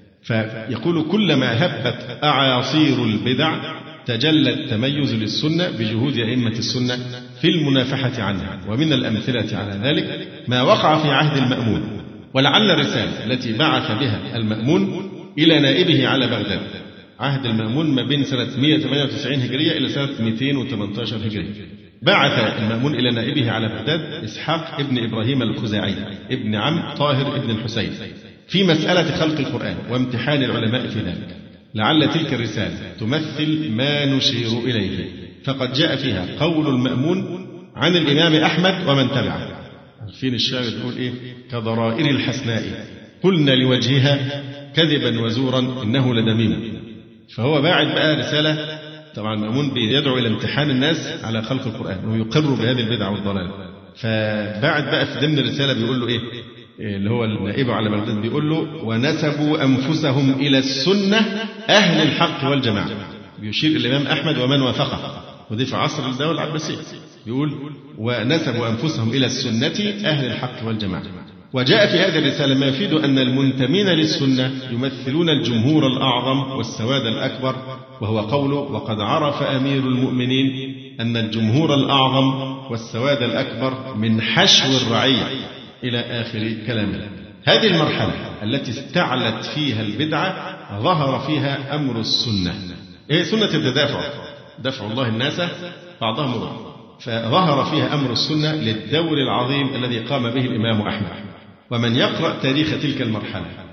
[SPEAKER 2] فيقول كلما هبت أعاصير البدع تجلى التميز للسنة بجهود أئمة السنة في المنافحة عنها. ومن الأمثلة على ذلك ما وقع في عهد المأمون، ولعل الرسالة التي بعث بها المأمون إلى نائبه على بغداد. عهد المأمون ما بين سنة 198 هجرية إلى سنة 218 هجرية. بعث المأمون إلى نائبه على بغداد إسحاق ابن إبراهيم الخزاعي ابن عم طاهر ابن الحسين في مسألة خلق القرآن وامتحان العلماء في ذلك، لعل تلك الرسالة تمثل ما نشير إليه، فقد جاء فيها قول المأمون عن الإمام أحمد ومن تبعه. عارفين الشاعر يقول إيه؟ كضرائر الحسناء قلنا لوجهها كذبا وزورا إنه لدميم. فهو باعت بقى رسالة، طبعا المأمون بيدعو إلى امتحان الناس على خلق القرآن ويقر بهذه البدعة والضلال، فباعت بقى في ضمن الرسالة بيقول له إيه اللي هو النائب على بغداد، بيقول له ونسبوا أنفسهم إلى السنة أهل الحق والجماعة، بيشير إلى الإمام أحمد ومن وافقه، ودي في عصر الدولة العباسية، بيقول ونسبوا أنفسهم إلى السنة أهل الحق والجماعة. وجاء في هذه الرسالة ما يفيد أن المنتمين للسنة يمثلون الجمهور الأعظم والسواد الأكبر، وهو قوله وقد عرف أمير المؤمنين أن الجمهور الأعظم والسواد الأكبر من حشو الرعية إلى آخر كلامه. هذه المرحلة التي استعلت فيها البدعة ظهر فيها أمر السنة، إيه سنة التدافع، دفع الله الناس بعضهم بعض، فظهر فيها أمر السنة للدور العظيم الذي قام به الإمام أحمد. ومن يقرأ تاريخ تلك المرحلة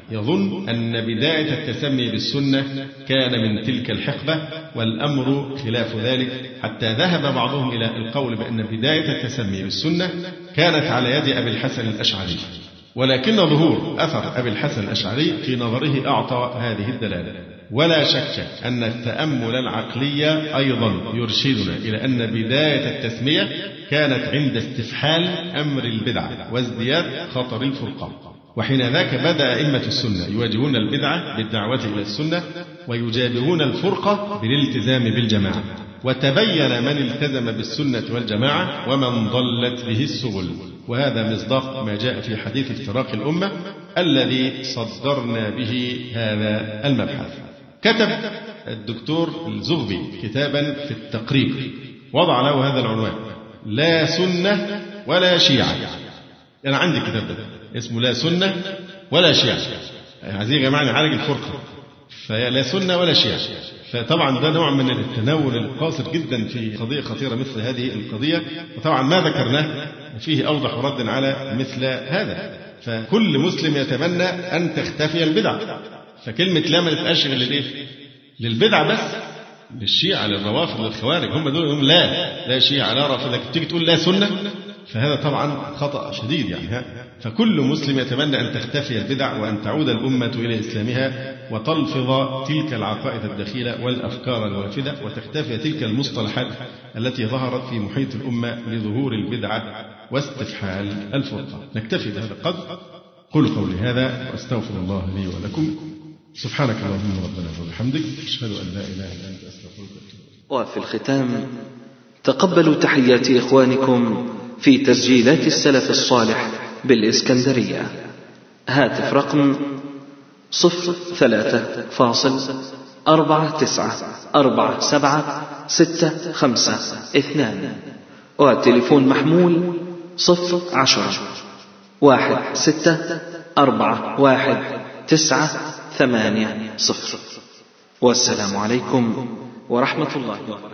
[SPEAKER 2] يظن أن بداية التسمي بالسنة كان من تلك الحقبة، والأمر خلاف ذلك، حتى ذهب بعضهم إلى القول بأن بداية التسمي بالسنة كانت على يد أبي الحسن الأشعري، ولكن ظهور أثر أبي الحسن الأشعري في نظره أعطى هذه الدلالة. ولا شك أن التأمل العقلي أيضا يرشدنا إلى أن بداية التسمية كانت عند استفحال أمر البدعة وازدياد خطر الفرقة، وحين ذاك بدأ أئمة السنة يواجهون البدعة بالدعوة إلى السنة ويجابهون الفرقة بالالتزام بالجماعة، وتبين من التزم بالسنة والجماعة ومن ضلت به السبل. وهذا مصداق ما جاء في حديث افتراق الأمة الذي صدرنا به هذا المبحث. كتب الدكتور الزغبي كتابا في التقريب وضع له هذا العنوان: لا سنة ولا شيعة. أنا عندي كتاب ده اسمه لا سنة ولا شيعة، عايزين يا جماعة نعالج الفرقة، فلا سنة ولا شيعة. فطبعا ده نوع من التناول القاصر جدا في قضية خطيرة مثل هذه القضية، وطبعا ما ذكرناه فيه أوضح رد على مثل هذا. فكل مسلم يتمنى أن تختفي البدع، فكلمة لا ما تتقالش للإيه؟ للبدع بس، للشيعة للروافض للخوارج، هم دول هم لا شيعة لا رافض، لكن تيجي تقول لا سنة، فهذا طبعا خطأ شديد يعني. فكل مسلم يتمنى أن تختفي البدع وأن تعود الأمة إلى إسلامها وتلفظ تلك العقائد الدخيلة والأفكار الوافدة، وتختفي تلك المصطلحات التي ظهرت في محيط الأمة لظهور البدعة واستفحال الفرقة. نكتفي بهذا القدر. قل قولي هذا وأستغفر الله لي ولكم. سبحانك اللهم ربنا وبحمدك، أشهد أن لا إله إلا أنت، أستغفرك.
[SPEAKER 1] وفي الختام تقبلوا تحيات إخوانكم في تسجيلات السلف الصالح بالإسكندرية. هاتف رقم 03-494765، والتليفون محمول 010-1641-980. والسلام عليكم ورحمة الله وبركاته.